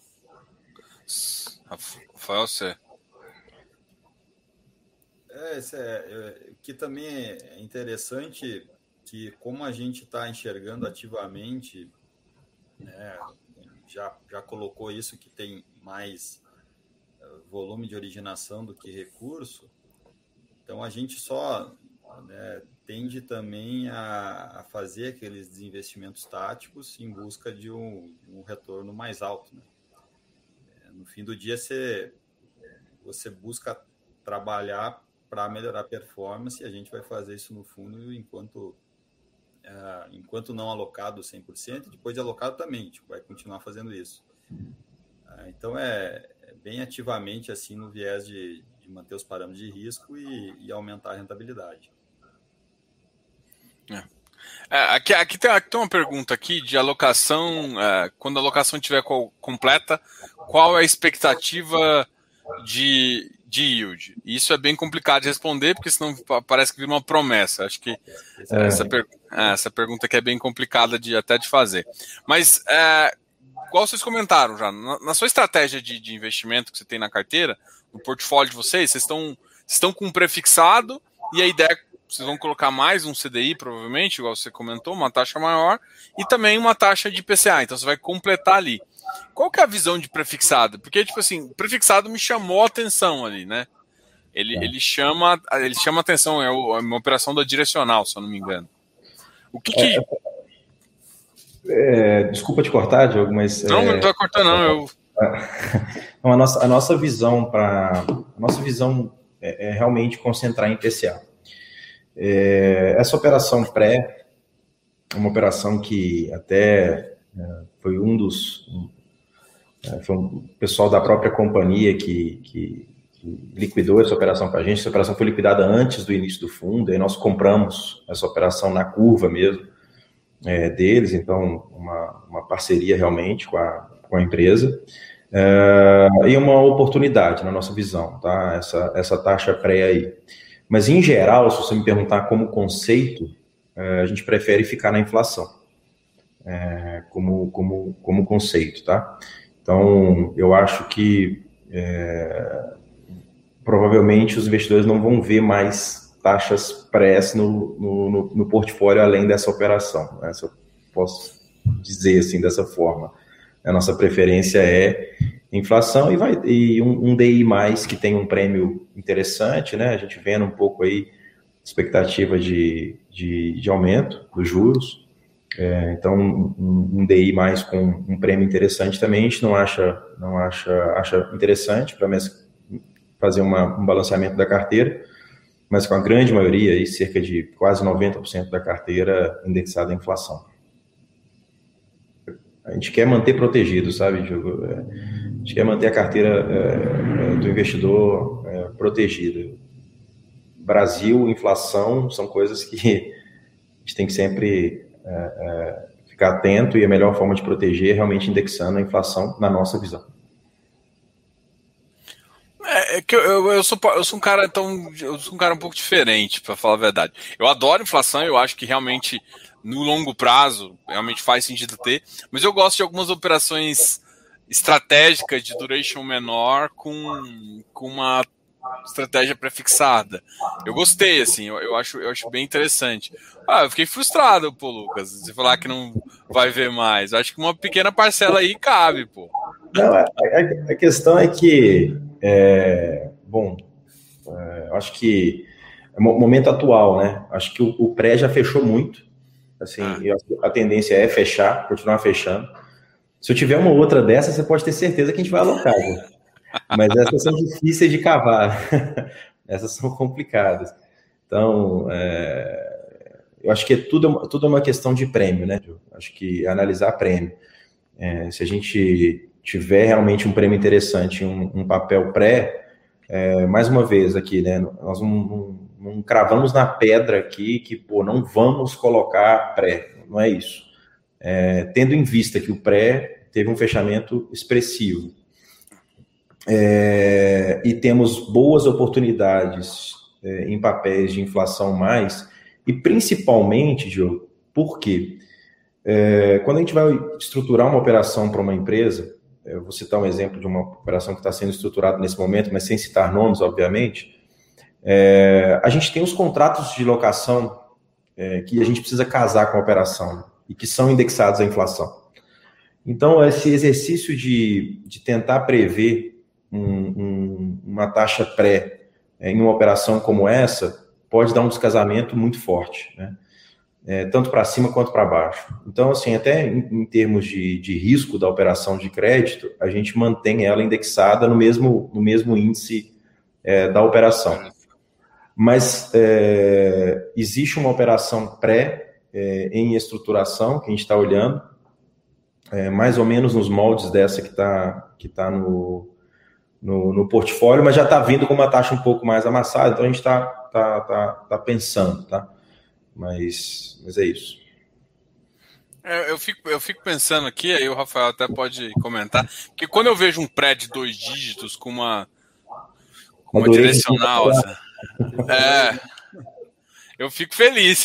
[SPEAKER 1] Rafael, você...
[SPEAKER 3] que também é interessante que, como a gente está enxergando ativamente, né, já colocou isso, que tem mais volume de originação do que recurso, então a gente só, né, tende também a fazer aqueles desinvestimentos táticos em busca de um retorno mais alto, né? No fim do dia, você busca trabalhar para melhorar a performance, e a gente vai fazer isso no fundo enquanto não alocado 100%, depois de alocado também, a gente vai continuar fazendo isso. Então, bem ativamente assim no viés de manter os parâmetros de risco e aumentar a rentabilidade.
[SPEAKER 1] Aqui tem uma pergunta aqui de alocação. Quando a alocação estiver completa, qual é a expectativa de yield? Isso é bem complicado de responder, porque senão parece que vira uma promessa. Acho que essa pergunta aqui é bem complicada até de fazer. Mas, igual vocês comentaram já, na sua estratégia de investimento que você tem na carteira, no portfólio de vocês estão com um prefixado, e a ideia é que vocês vão colocar mais um CDI, provavelmente, igual você comentou, uma taxa maior, e também uma taxa de IPCA. Então, você vai completar ali. Qual que é a visão de prefixado? Porque, tipo assim, prefixado me chamou a atenção ali, né? Ele chama atenção, é uma operação da direcional, se eu não me engano. O que
[SPEAKER 2] Desculpa te cortar, Diogo, mas...
[SPEAKER 1] Não estou cortando, não.
[SPEAKER 2] A nossa visão é realmente concentrar em IPCA. Essa operação pré, uma operação que até foi foi um pessoal da própria companhia que liquidou essa operação para a gente. Essa operação foi liquidada antes do início do fundo, aí nós compramos essa operação na curva mesmo deles, então uma parceria realmente com a empresa. E uma oportunidade na nossa visão, tá? Essa taxa pré aí. Mas, em geral, se você me perguntar como conceito, a gente prefere ficar na inflação como conceito, tá? Então, eu acho que provavelmente os investidores não vão ver mais taxas pré no portfólio além dessa operação. Essa eu posso dizer assim, dessa forma. A nossa preferência é inflação e um DI+, que tem um prêmio interessante, né? A gente vendo um pouco aí expectativa de aumento dos juros. Então, um DI+, com um prêmio interessante também, a gente não acha interessante para fazer um balanceamento da carteira, mas com a grande maioria, aí, cerca de quase 90% da carteira indexada à inflação. A gente quer manter protegido, sabe, Diogo? A gente quer manter a carteira do investidor protegida. Brasil, inflação, são coisas que a gente tem que sempre ficar atento, e a melhor forma de proteger é realmente indexando a inflação, na nossa visão.
[SPEAKER 1] Que eu sou um cara um pouco diferente, para falar a verdade. Eu adoro inflação, eu acho que realmente no longo prazo realmente faz sentido ter, mas eu gosto de algumas operações estratégicas de duration menor com uma estratégia prefixada. Eu gostei, assim, eu acho bem interessante. Eu fiquei frustrado, pô, Lucas, você falar que não vai ver mais. Eu acho que uma pequena parcela aí cabe, pô.
[SPEAKER 2] Não, a questão é que, eu acho que é o momento atual, né? Acho que o pré já fechou muito. Assim, a tendência é fechar, continuar fechando. Se eu tiver uma outra dessa, você pode ter certeza que a gente vai alocar. Né? Mas essas são difíceis de cavar. Essas são complicadas. Então, eu acho que tudo é uma questão de prêmio, né? Acho que analisar prêmio. Se a gente tiver realmente um prêmio interessante, um papel pré, mais uma vez aqui, né? Nós não cravamos na pedra aqui que, pô, não vamos colocar pré. Não é isso. Tendo em vista que o pré teve um fechamento expressivo e temos boas oportunidades em papéis de inflação mais, e principalmente, Diogo, por quê? Quando a gente vai estruturar uma operação para uma empresa, eu vou citar um exemplo de uma operação que está sendo estruturada nesse momento, mas sem citar nomes, obviamente, a gente tem os contratos de locação que a gente precisa casar com a operação e que são indexados à inflação. Então, esse exercício de tentar prever uma taxa pré em uma operação como essa pode dar um descasamento muito forte, né? Tanto para cima quanto para baixo. Então, assim, até em termos de risco da operação de crédito, a gente mantém ela indexada no mesmo índice da operação. Mas existe uma operação pré em estruturação que a gente está olhando, mais ou menos nos moldes dessa que tá no portfólio, mas já está vindo com uma taxa um pouco mais amassada, então a gente está pensando, tá? Mas é isso.
[SPEAKER 1] Eu fico pensando aqui, aí o Rafael até pode comentar, que quando eu vejo um pré de 2 dígitos com uma direcional, assim, eu fico feliz.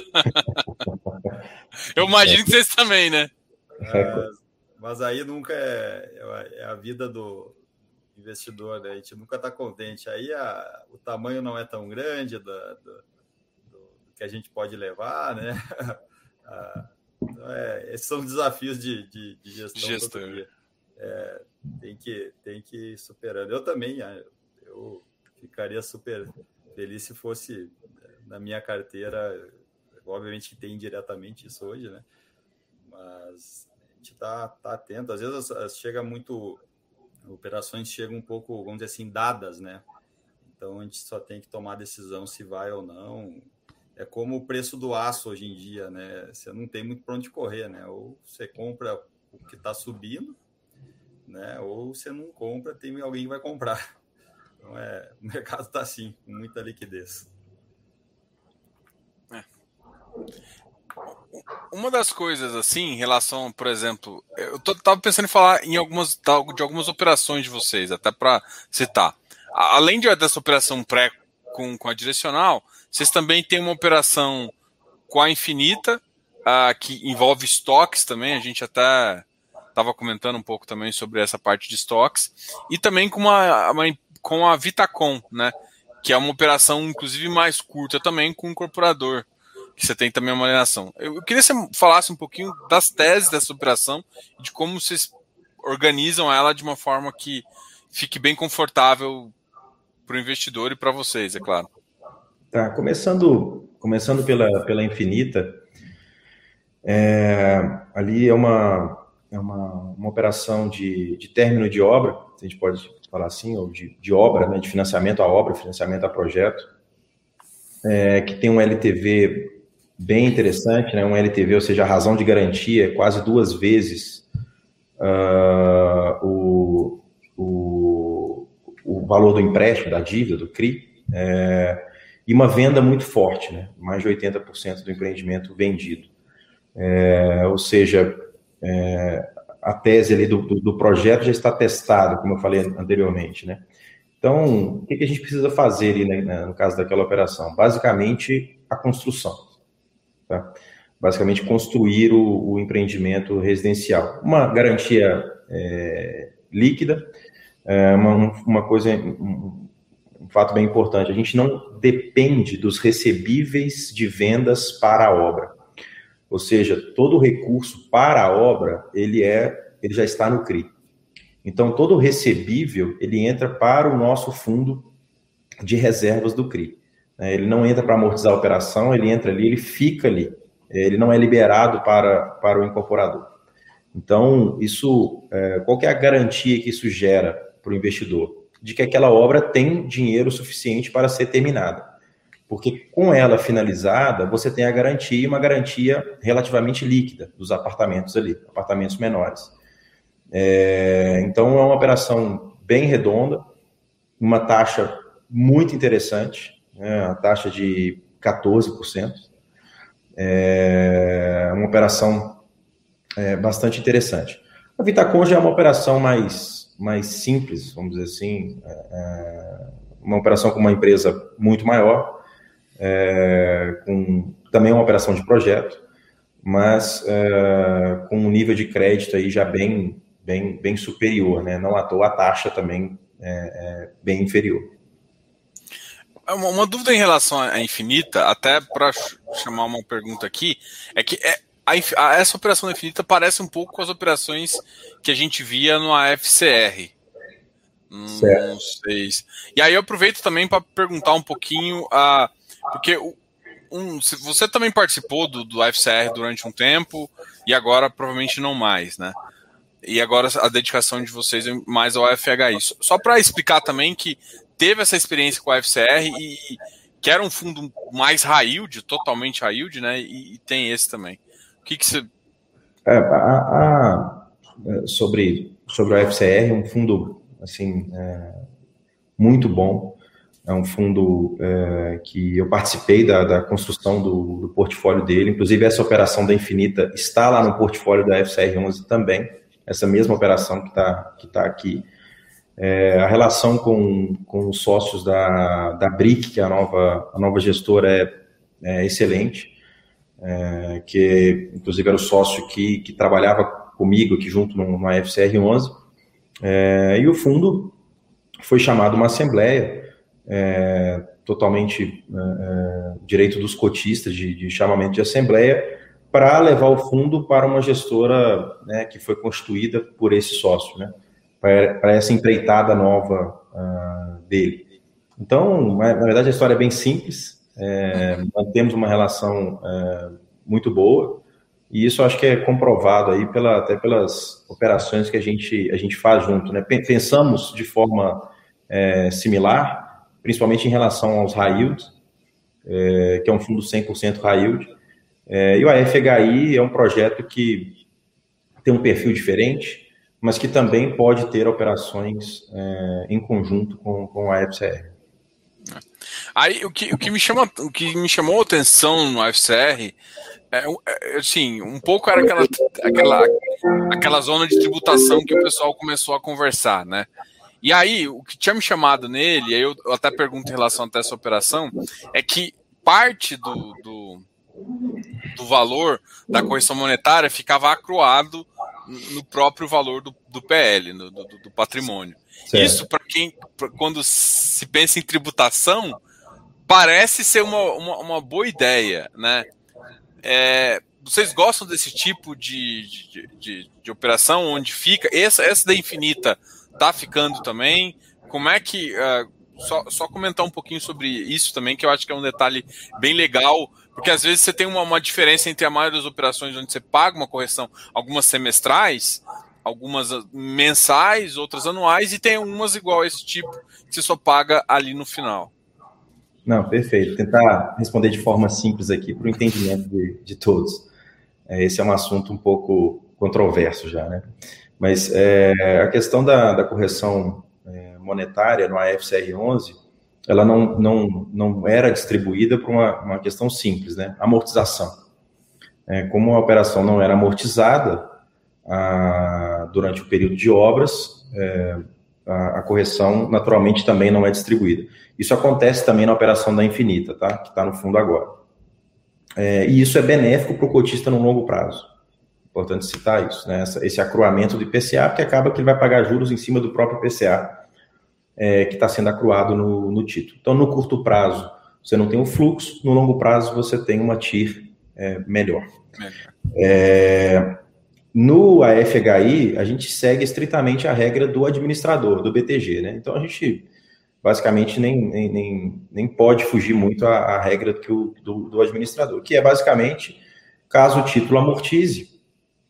[SPEAKER 1] Eu imagino que vocês também, né?
[SPEAKER 3] Mas aí nunca é a vida do investidor, né? A gente nunca está contente. Aí o tamanho não é tão grande do que a gente pode levar, né? Então esses são os desafios de gestão. Todo dia. Tem que ir superando. Eu também, eu ficaria super feliz se fosse na minha carteira. Obviamente que tem indiretamente isso hoje, né? Mas a gente está atento. Às vezes chega muito, operações chegam um pouco, vamos dizer assim, dadas, né? Então a gente só tem que tomar decisão se vai ou não. É como o preço do aço hoje em dia, né? Você não tem muito para onde correr, né? Ou você compra o que está subindo, né? Ou você não compra, tem alguém que vai comprar. Então o mercado está assim, com muita liquidez.
[SPEAKER 1] Uma das coisas, assim, em relação, por exemplo, eu estava pensando em falar de algumas operações de vocês, até para citar. Além dessa operação pré com a direcional, vocês também têm uma operação com a Infinita, que envolve estoques também, a gente até estava comentando um pouco também sobre essa parte de estoques, e também com a Vitacom, né, que é uma operação, inclusive, mais curta também com o incorporador, que você tem também uma alienação. Eu queria que você falasse um pouquinho das teses dessa operação e de como vocês organizam ela de uma forma que fique bem confortável para o investidor e para vocês, é claro.
[SPEAKER 2] Tá, começando pela Infinita, ali é uma operação de término de obra, a gente pode falar assim, ou de obra, né, de financiamento à obra, financiamento a projeto, que tem um LTV bem interessante, né? Um LTV, ou seja, a razão de garantia é quase 2 vezes o valor do empréstimo, da dívida, do CRI, e uma venda muito forte, né? Mais de 80% do empreendimento vendido. Ou seja, a tese ali do projeto já está testada, como eu falei anteriormente, né? Então, o que a gente precisa fazer ali, né, no caso daquela operação? Basicamente, a construção. Tá? Basicamente, construir o empreendimento residencial. Uma garantia líquida, uma coisa um fato bem importante, a gente não depende dos recebíveis de vendas para a obra. Ou seja, todo o recurso para a obra, ele já está no CRI. Então, todo o recebível, ele entra para o nosso fundo de reservas do CRI. Ele não entra para amortizar a operação, ele entra ali, ele fica ali. Ele não é liberado para o incorporador. Então, qual que é a garantia que isso gera para o investidor? De que aquela obra tem dinheiro suficiente para ser terminada. Porque com ela finalizada, você tem a garantia, e uma garantia relativamente líquida dos apartamentos ali, apartamentos menores. Então, é uma operação bem redonda, uma taxa muito interessante, a taxa de 14%. Uma operação bastante interessante. A Vitacom já é uma operação mais simples, vamos dizer assim, uma operação com uma empresa muito maior, com também uma operação de projeto, mas com um nível de crédito aí já bem superior, né? Não à toa a taxa também é bem inferior.
[SPEAKER 1] Uma dúvida em relação à Infinita, até para chamar uma pergunta aqui, é que essa operação da Infinita parece um pouco com as operações que a gente via no AFCR. Não sei. E aí eu aproveito também para perguntar um pouquinho, porque você também participou do AFCR durante um tempo e agora provavelmente não mais, né? E agora a dedicação de vocês é mais ao AFHI. Só para explicar também que teve essa experiência com o AFCR e que era um fundo mais high yield, totalmente high yield, né? E tem esse também. O que você...
[SPEAKER 2] Sobre o AFCR, é um fundo assim, muito bom. É um fundo que eu participei da construção do portfólio dele. Inclusive, essa operação da Infinita está lá no portfólio da FCR11 também. Essa mesma operação que está aqui. A relação com os sócios da BRIC, que é a nova gestora, é excelente. Que inclusive era o sócio que trabalhava comigo aqui junto no FCR11. E o fundo foi chamado uma assembleia, totalmente direito dos cotistas de chamamento de assembleia, para levar o fundo para uma gestora, né, que foi constituída por esse sócio, né, para essa empreitada nova dele. Então, na verdade, a história é bem simples, mantemos uma relação muito boa, e isso acho que é comprovado aí até pelas operações que a gente faz junto, né? Pensamos de forma similar, principalmente em relação aos high yield, que é um fundo 100% high yield, e o AFHI é um projeto que tem um perfil diferente, mas que também pode ter operações em conjunto com a FCR.
[SPEAKER 1] Aí o que me chamou a atenção no FCR assim, um pouco era aquela zona de tributação que o pessoal começou a conversar, né? E aí, o que tinha me chamado nele, aí eu até pergunto em relação até essa operação, é que parte do valor da correção monetária ficava acruado no próprio valor do PL, do patrimônio. Certo. Isso, quando se pensa em tributação, parece ser uma boa ideia, né? Vocês gostam desse tipo de operação onde fica? Essa da Infinita tá ficando também? Como é que... Só comentar um pouquinho sobre isso também, que eu acho que é um detalhe bem legal, porque às vezes você tem uma diferença entre a maioria das operações onde você paga uma correção, algumas semestrais, algumas mensais, outras anuais, e tem umas igual a esse tipo, que você só paga ali no final.
[SPEAKER 2] Não, perfeito. Tentar responder de forma simples aqui, para o entendimento de todos. Esse é um assunto um pouco controverso já, né? Mas a questão da correção monetária no AFCR11, ela não era distribuída por uma questão simples, né? Amortização. Como a operação não era amortizada durante o período de obras, a correção naturalmente também não é distribuída. Isso acontece também na operação da Infinita, tá? Que está no fundo agora. E isso é benéfico para o cotista no longo prazo. Importante citar isso, né? Esse acruamento do IPCA, porque acaba que ele vai pagar juros em cima do próprio IPCA. que está sendo acruado no título. Então, no curto prazo, você não tem um fluxo, no longo prazo, você tem uma TIR melhor. No AFHI, a gente segue estritamente a regra do administrador, do BTG, né? Então, a gente basicamente nem pode fugir muito à regra do administrador, que é basicamente, caso o título amortize,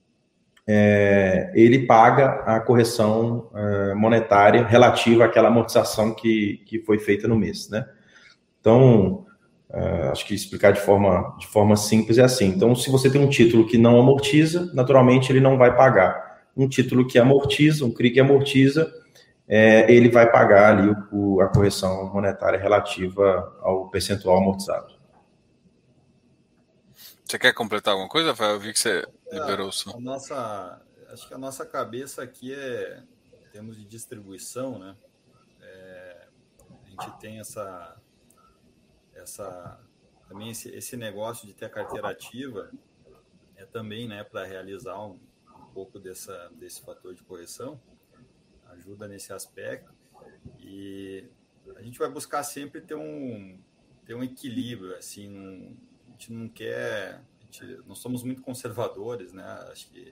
[SPEAKER 2] ele paga a correção monetária relativa àquela amortização que foi feita no mês, né? Então, acho que explicar de forma simples é assim. Então, se você tem um título que não amortiza, naturalmente ele não vai pagar. Um título que amortiza, um CRI que amortiza, ele vai pagar ali a correção monetária relativa ao percentual amortizado.
[SPEAKER 1] Você quer completar alguma coisa, Rafael? Eu vi que você liberou o som.
[SPEAKER 3] Acho que a nossa cabeça aqui em termos de distribuição, né? A gente tem também esse negócio de ter a carteira ativa também, né, para realizar um pouco desse fator de correção, ajuda nesse aspecto, e a gente vai buscar sempre ter um equilíbrio, assim, a gente não quer, nós somos muito conservadores, né, acho que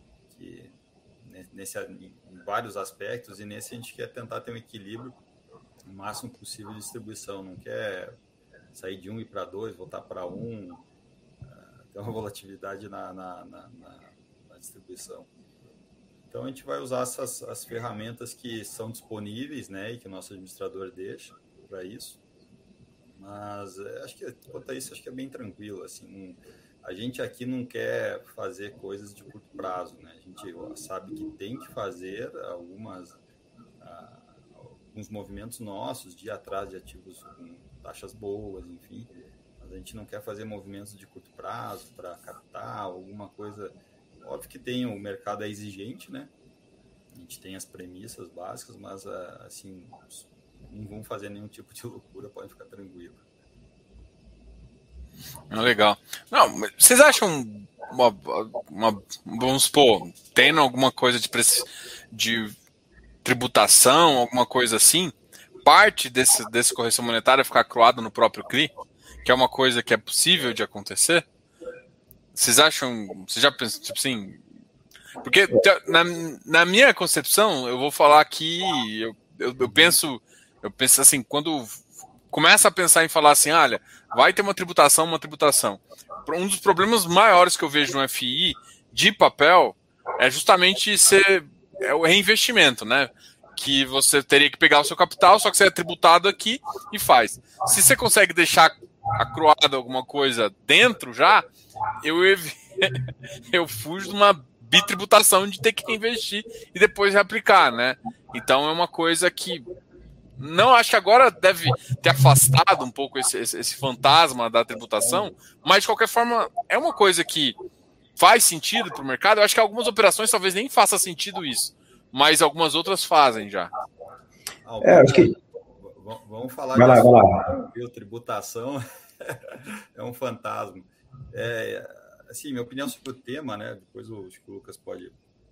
[SPEAKER 3] em vários aspectos, e nesse a gente quer tentar ter um equilíbrio o máximo possível de distribuição, não quer sair de 1 e para 2, voltar para 1, ter uma volatilidade na distribuição. Então, a gente vai usar as ferramentas que são disponíveis, né, e que o nosso administrador deixa para isso. Mas acho que, quanto a isso, acho que é bem tranquilo. Assim, a gente aqui não quer fazer coisas de curto prazo, né? A gente sabe que tem que fazer alguns movimentos nossos, de ir atrás de ativos com taxas boas, enfim. Mas a gente não quer fazer movimentos de curto prazo para captar alguma coisa. Óbvio que o mercado é exigente, né? A gente tem as premissas básicas, mas assim, não vão fazer nenhum tipo de loucura, pode ficar tranquilo.
[SPEAKER 1] Legal. Não, vocês acham, vamos supor, tendo alguma coisa de tributação, alguma coisa assim, parte desse correção monetária ficar acruada no próprio CRI, que é uma coisa que é possível de acontecer? Vocês acham, você já pensam, tipo assim, porque na minha concepção, eu vou falar que eu penso assim, quando começa a pensar em falar assim, olha, vai ter uma tributação. Um dos problemas maiores que eu vejo no FI de papel é justamente o reinvestimento, né? Que você teria que pegar o seu capital, só que você é tributado aqui e faz. Se você consegue deixar acruado alguma coisa dentro já, eu fujo de uma bitributação de ter que investir e depois reaplicar, né? Então é uma coisa que não acho que agora deve ter afastado um pouco esse fantasma da tributação, mas de qualquer forma é uma coisa que faz sentido para o mercado. Eu acho que algumas operações talvez nem faça sentido isso, mas algumas outras fazem já.
[SPEAKER 2] Acho que...
[SPEAKER 3] Vamos falar
[SPEAKER 2] vai lá.
[SPEAKER 3] Tributação é um fantasma. Assim, minha opinião sobre o tema, né? Depois o Lucas pode...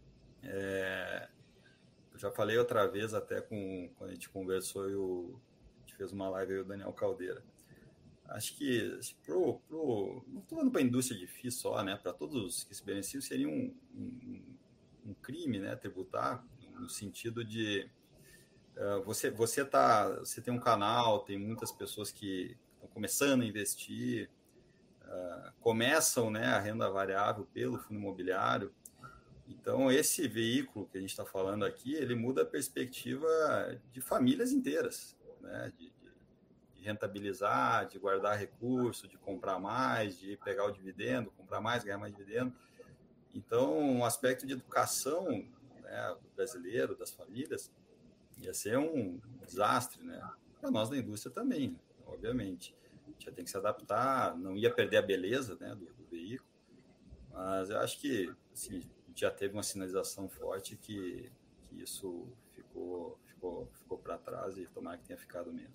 [SPEAKER 3] Eu já falei outra vez, até quando a gente conversou e a gente fez uma live aí, o Daniel Caldeira. Acho que assim, não estou falando para a indústria de FII só, né? Para todos que se beneficiam, seria um crime, né? Tributar, no sentido de você tem um canal, tem muitas pessoas que estão começando a investir, começam, né, a renda variável pelo fundo imobiliário. Então, esse veículo que a gente está falando aqui, ele muda a perspectiva de famílias inteiras, né? De rentabilizar, de guardar recurso, de comprar mais, de pegar o dividendo, comprar mais, ganhar mais dividendo. Então, um aspecto de educação, né, do brasileiro, das famílias, ia ser um desastre, né? Para nós da indústria também, obviamente. A gente já tem que se adaptar, não ia perder a beleza, né, do veículo, mas eu acho que assim, já teve uma sinalização forte que isso ficou para trás e tomara que tenha ficado mesmo.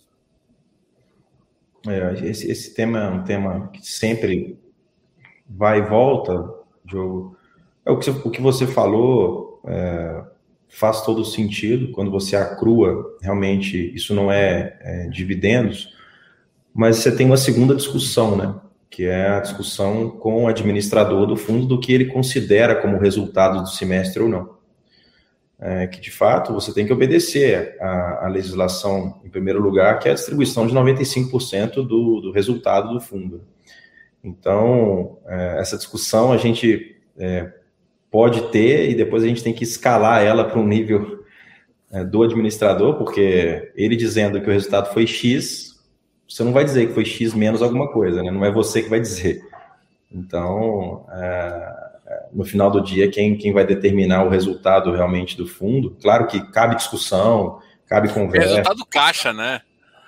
[SPEAKER 2] Esse tema é um tema que sempre vai e volta, Diogo. O que você falou faz todo sentido, quando você acrua, realmente isso não é dividendos, mas você tem uma segunda discussão, né? Que é a discussão com o administrador do fundo do que ele considera como resultado do semestre ou não. Que de fato você tem que obedecer à legislação, em primeiro lugar, que é a distribuição de 95% do resultado do fundo. Então, essa discussão a gente pode ter e depois a gente tem que escalar ela para um nível do administrador, porque ele dizendo que o resultado foi X, você não vai dizer que foi X menos alguma coisa, né? Não é você que vai dizer. Então, no final do dia, quem vai determinar o resultado realmente do fundo, claro que cabe discussão, cabe conversa.
[SPEAKER 1] É resultado caixa, né?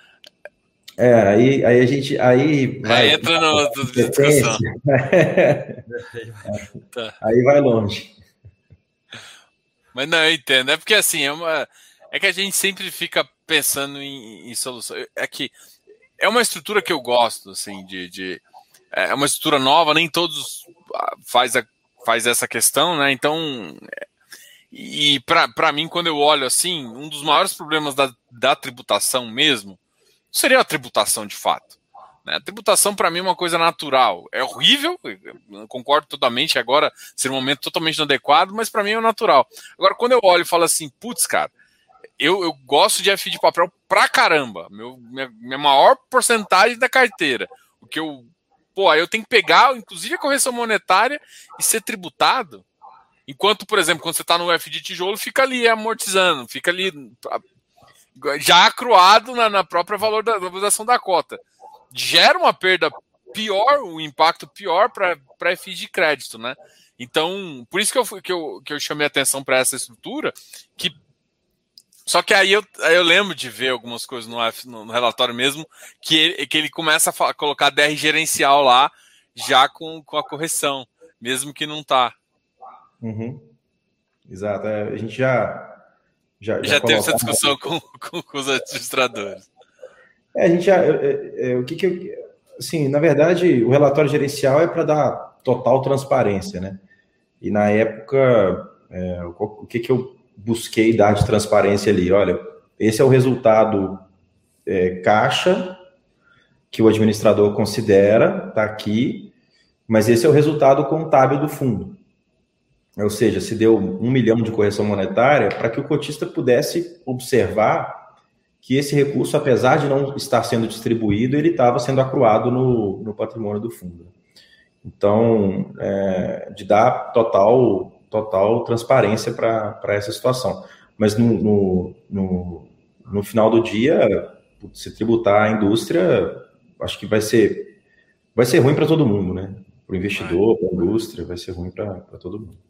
[SPEAKER 2] Aí a gente vai
[SPEAKER 1] entra na discussão.
[SPEAKER 2] Aí vai longe.
[SPEAKER 1] Mas não, eu entendo. É porque assim, é que a gente sempre fica pensando em solução. É que é uma estrutura que eu gosto, assim, é uma estrutura nova, nem todos faz essa questão, né? Então, e para mim, quando eu olho assim, um dos maiores problemas da tributação mesmo seria a tributação de fato. Né? A tributação, para mim, é uma coisa natural. É horrível, eu concordo totalmente, agora ser um momento totalmente inadequado, mas para mim é natural. Agora, quando eu olho e falo assim, putz, cara, eu gosto de FI de papel pra caramba, minha maior porcentagem da carteira, o que aí eu tenho que pegar, inclusive, a correção monetária e ser tributado, enquanto, por exemplo, quando você está no FI de tijolo, fica ali amortizando, fica ali já acruado na própria valorização da cota. Gera uma perda pior, um impacto pior para FI de crédito, né? Então, por isso que eu chamei a atenção para essa estrutura, só que aí eu lembro de ver algumas coisas no relatório mesmo, que ele começa a colocar DR gerencial lá, já com a correção, mesmo que não tá.
[SPEAKER 2] Uhum. Exato, a gente já
[SPEAKER 1] teve essa discussão com os administradores.
[SPEAKER 2] A gente assim, na verdade, o relatório gerencial é para dar total transparência, né? E na época, o que eu busquei dar de transparência ali? Olha, esse é o resultado caixa que o administrador considera, tá aqui, mas esse é o resultado contábil do fundo. Ou seja, se deu 1 milhão de correção monetária para que o cotista pudesse observar que esse recurso, apesar de não estar sendo distribuído, ele estava sendo acruado no patrimônio do fundo. Então, de dar total transparência para essa situação. Mas no final do dia, se tributar a indústria, acho que vai ser ruim para todo mundo, né? Para o investidor, para a indústria, vai ser ruim para todo mundo.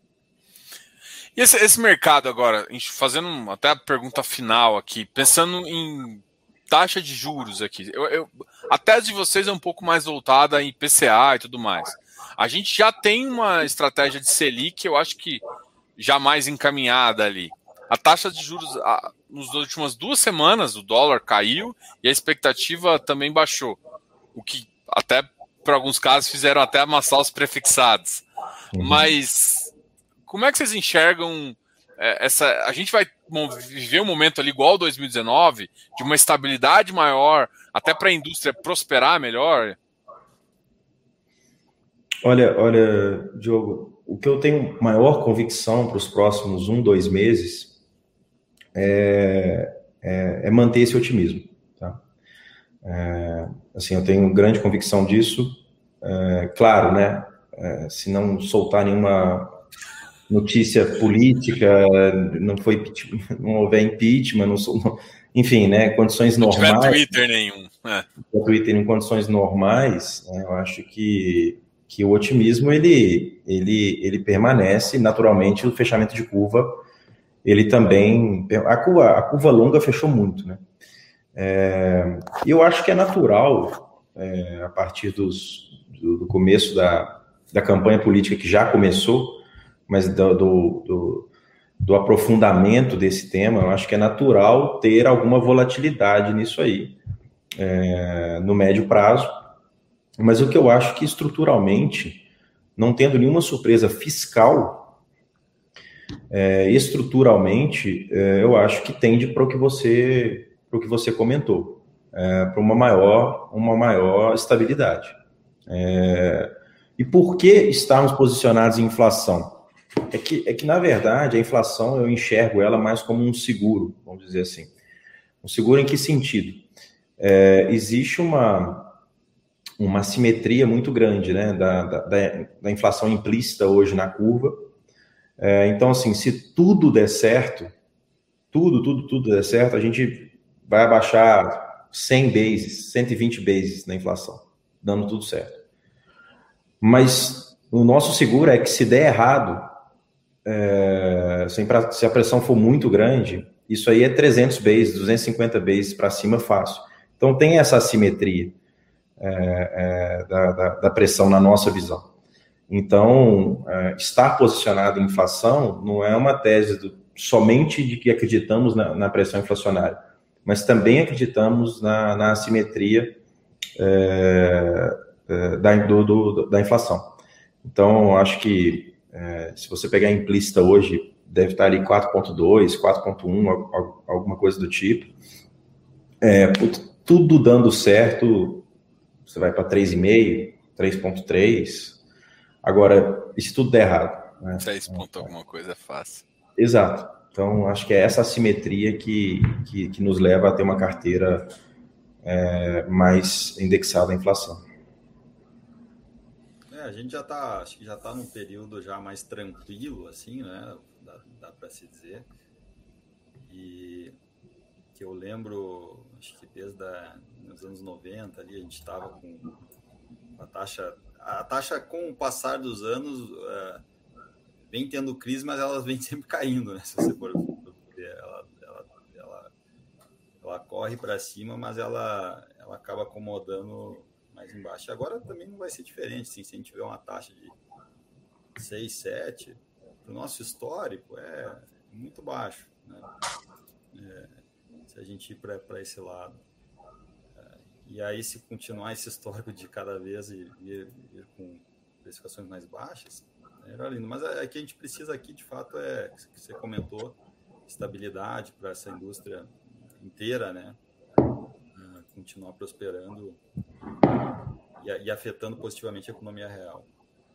[SPEAKER 1] E esse mercado agora, fazendo até a pergunta final aqui, pensando em taxa de juros aqui, a tese de vocês é um pouco mais voltada em IPCA e tudo mais. A gente já tem uma estratégia de Selic, eu acho que já mais encaminhada ali. A taxa de juros, nas últimas 2 semanas, o dólar caiu e a expectativa também baixou. O que até, por alguns casos, fizeram até amassar os prefixados. Mas como é que vocês enxergam a gente vai viver um momento ali igual ao 2019, de uma estabilidade maior, até para a indústria prosperar melhor?
[SPEAKER 2] Olha, Diogo, o que eu tenho maior convicção para os próximos 1-2 meses é manter esse otimismo. Tá? Assim, eu tenho grande convicção disso. Claro, né? Se não soltar nenhuma notícia política, não houver impeachment, enfim, né? Condições normais.
[SPEAKER 1] Não tiver Twitter nenhum.
[SPEAKER 2] Twitter em condições normais, né, eu acho que o otimismo ele permanece. Naturalmente, o fechamento de curva, ele também, a curva longa fechou muito, né? E eu acho que é natural, a partir do começo da campanha política que já começou, mas do aprofundamento desse tema, eu acho que é natural ter alguma volatilidade nisso aí, no médio prazo. Mas o que eu acho que estruturalmente, não tendo nenhuma surpresa fiscal, estruturalmente, eu acho que tende para o que você comentou, para uma maior estabilidade. E por que estarmos posicionados em inflação? É que, na verdade, a inflação eu enxergo ela mais como um seguro, vamos dizer assim. Um seguro em que sentido? Existe uma simetria muito grande, né, da inflação implícita hoje na curva. Então, assim, se tudo der certo, tudo der certo, a gente vai abaixar 100 bases, 120 bases na inflação, dando tudo certo. Mas o nosso seguro é que se der errado, se a pressão for muito grande, isso aí é 300 bases, 250 bases para cima fácil. Então tem essa assimetria da pressão na nossa visão. Então, estar posicionado em inflação não é uma tese somente de que acreditamos na pressão inflacionária, mas também acreditamos na assimetria da inflação. Então, acho que se você pegar a implícita hoje, deve estar ali 4.2, 4.1, alguma coisa do tipo. Tudo dando certo, você vai para 3,5, 3.3. Agora, e se tudo der errado? Né?
[SPEAKER 1] 6 pontos alguma coisa é fácil.
[SPEAKER 2] Exato. Então, acho que é essa assimetria que nos leva a ter uma carteira mais indexada à inflação.
[SPEAKER 3] A gente acho que já está num período já mais tranquilo, assim, né? Dá para se dizer. E que eu lembro, acho que desde os anos 90 ali, a gente estava com a taxa com o passar dos anos vem tendo crise, mas ela vem sempre caindo, né? Se você for ver, ela corre para cima, mas ela acaba acomodando mais embaixo. Agora também não vai ser diferente, assim, se a gente tiver uma taxa de 6, 7, para o nosso histórico é muito baixo, né? Se a gente ir para esse lado. E aí, se continuar esse histórico de cada vez ir com precificações mais baixas, é melhor lindo. Mas é que a gente precisa aqui, de fato, que você comentou, estabilidade para essa indústria inteira, né? Continuar prosperando e afetando positivamente a economia real.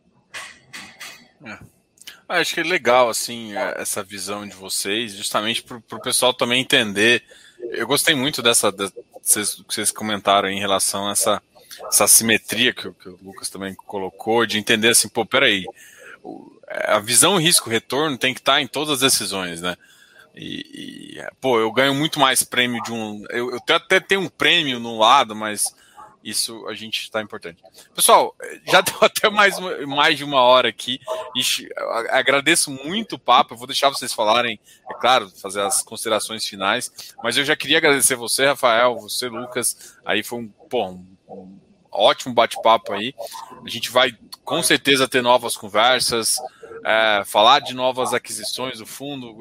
[SPEAKER 1] Acho que é legal, assim, essa visão de vocês, justamente para o pessoal também entender. Eu gostei muito que vocês comentaram em relação a essa simetria que o Lucas também colocou, de entender assim, peraí, a visão risco-retorno tem que estar em todas as decisões, né? Eu ganho muito mais prêmio de um... Eu até tenho um prêmio no lado, mas isso a gente está importante. Pessoal, já deu até mais de uma hora aqui. Agradeço muito o papo. Eu vou deixar vocês falarem, é claro, fazer as considerações finais. Mas eu já queria agradecer você, Rafael, você, Lucas. Aí foi um ótimo bate-papo aí. A gente vai com certeza ter novas conversas, falar de novas aquisições do fundo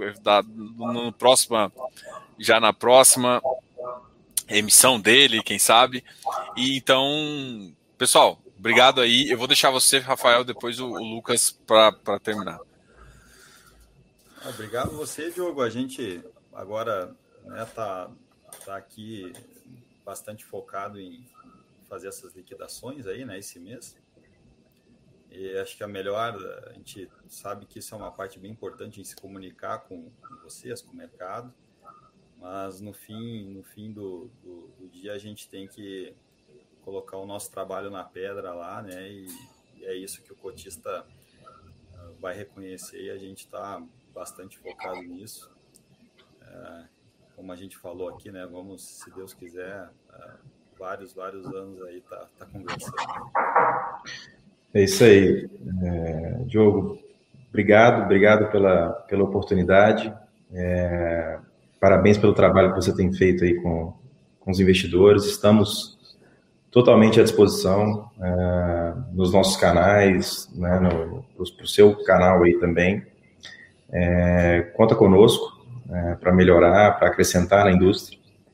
[SPEAKER 1] na próxima emissão dele, quem sabe. E então, pessoal, obrigado aí. Eu vou deixar você, Rafael, depois o Lucas para terminar.
[SPEAKER 3] Obrigado você, Diogo. A gente agora tá aqui bastante focado em fazer essas liquidações aí, né, esse mês. E acho que a gente sabe que isso é uma parte bem importante em se comunicar com vocês, com o mercado. Mas no fim do dia a gente tem que colocar o nosso trabalho na pedra lá, né? E é isso que o cotista vai reconhecer e a gente está bastante focado nisso. Como a gente falou aqui, né? Vamos, se Deus quiser, vários anos aí tá conversando.
[SPEAKER 2] É isso aí. Diogo, obrigado pela oportunidade. Parabéns pelo trabalho que você tem feito aí com os investidores. Estamos totalmente à disposição nos nossos canais, né, pro seu canal aí também. Conta conosco para melhorar, para acrescentar na indústria.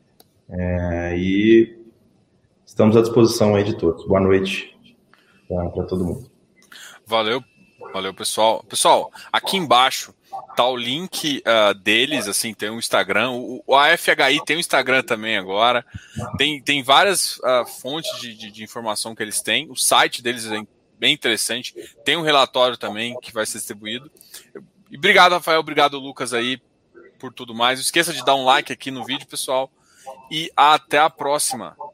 [SPEAKER 2] E estamos à disposição aí de todos. Boa noite para todo mundo.
[SPEAKER 1] Valeu. Valeu, pessoal. Pessoal, aqui embaixo tá o link deles, assim, tem um Instagram, o AFHI tem um Instagram também agora, tem várias fontes de informação que eles têm, o site deles é bem interessante, tem um relatório também que vai ser distribuído. E obrigado, Rafael, obrigado, Lucas, aí, por tudo mais. Não esqueça de dar um like aqui no vídeo, pessoal, e até a próxima.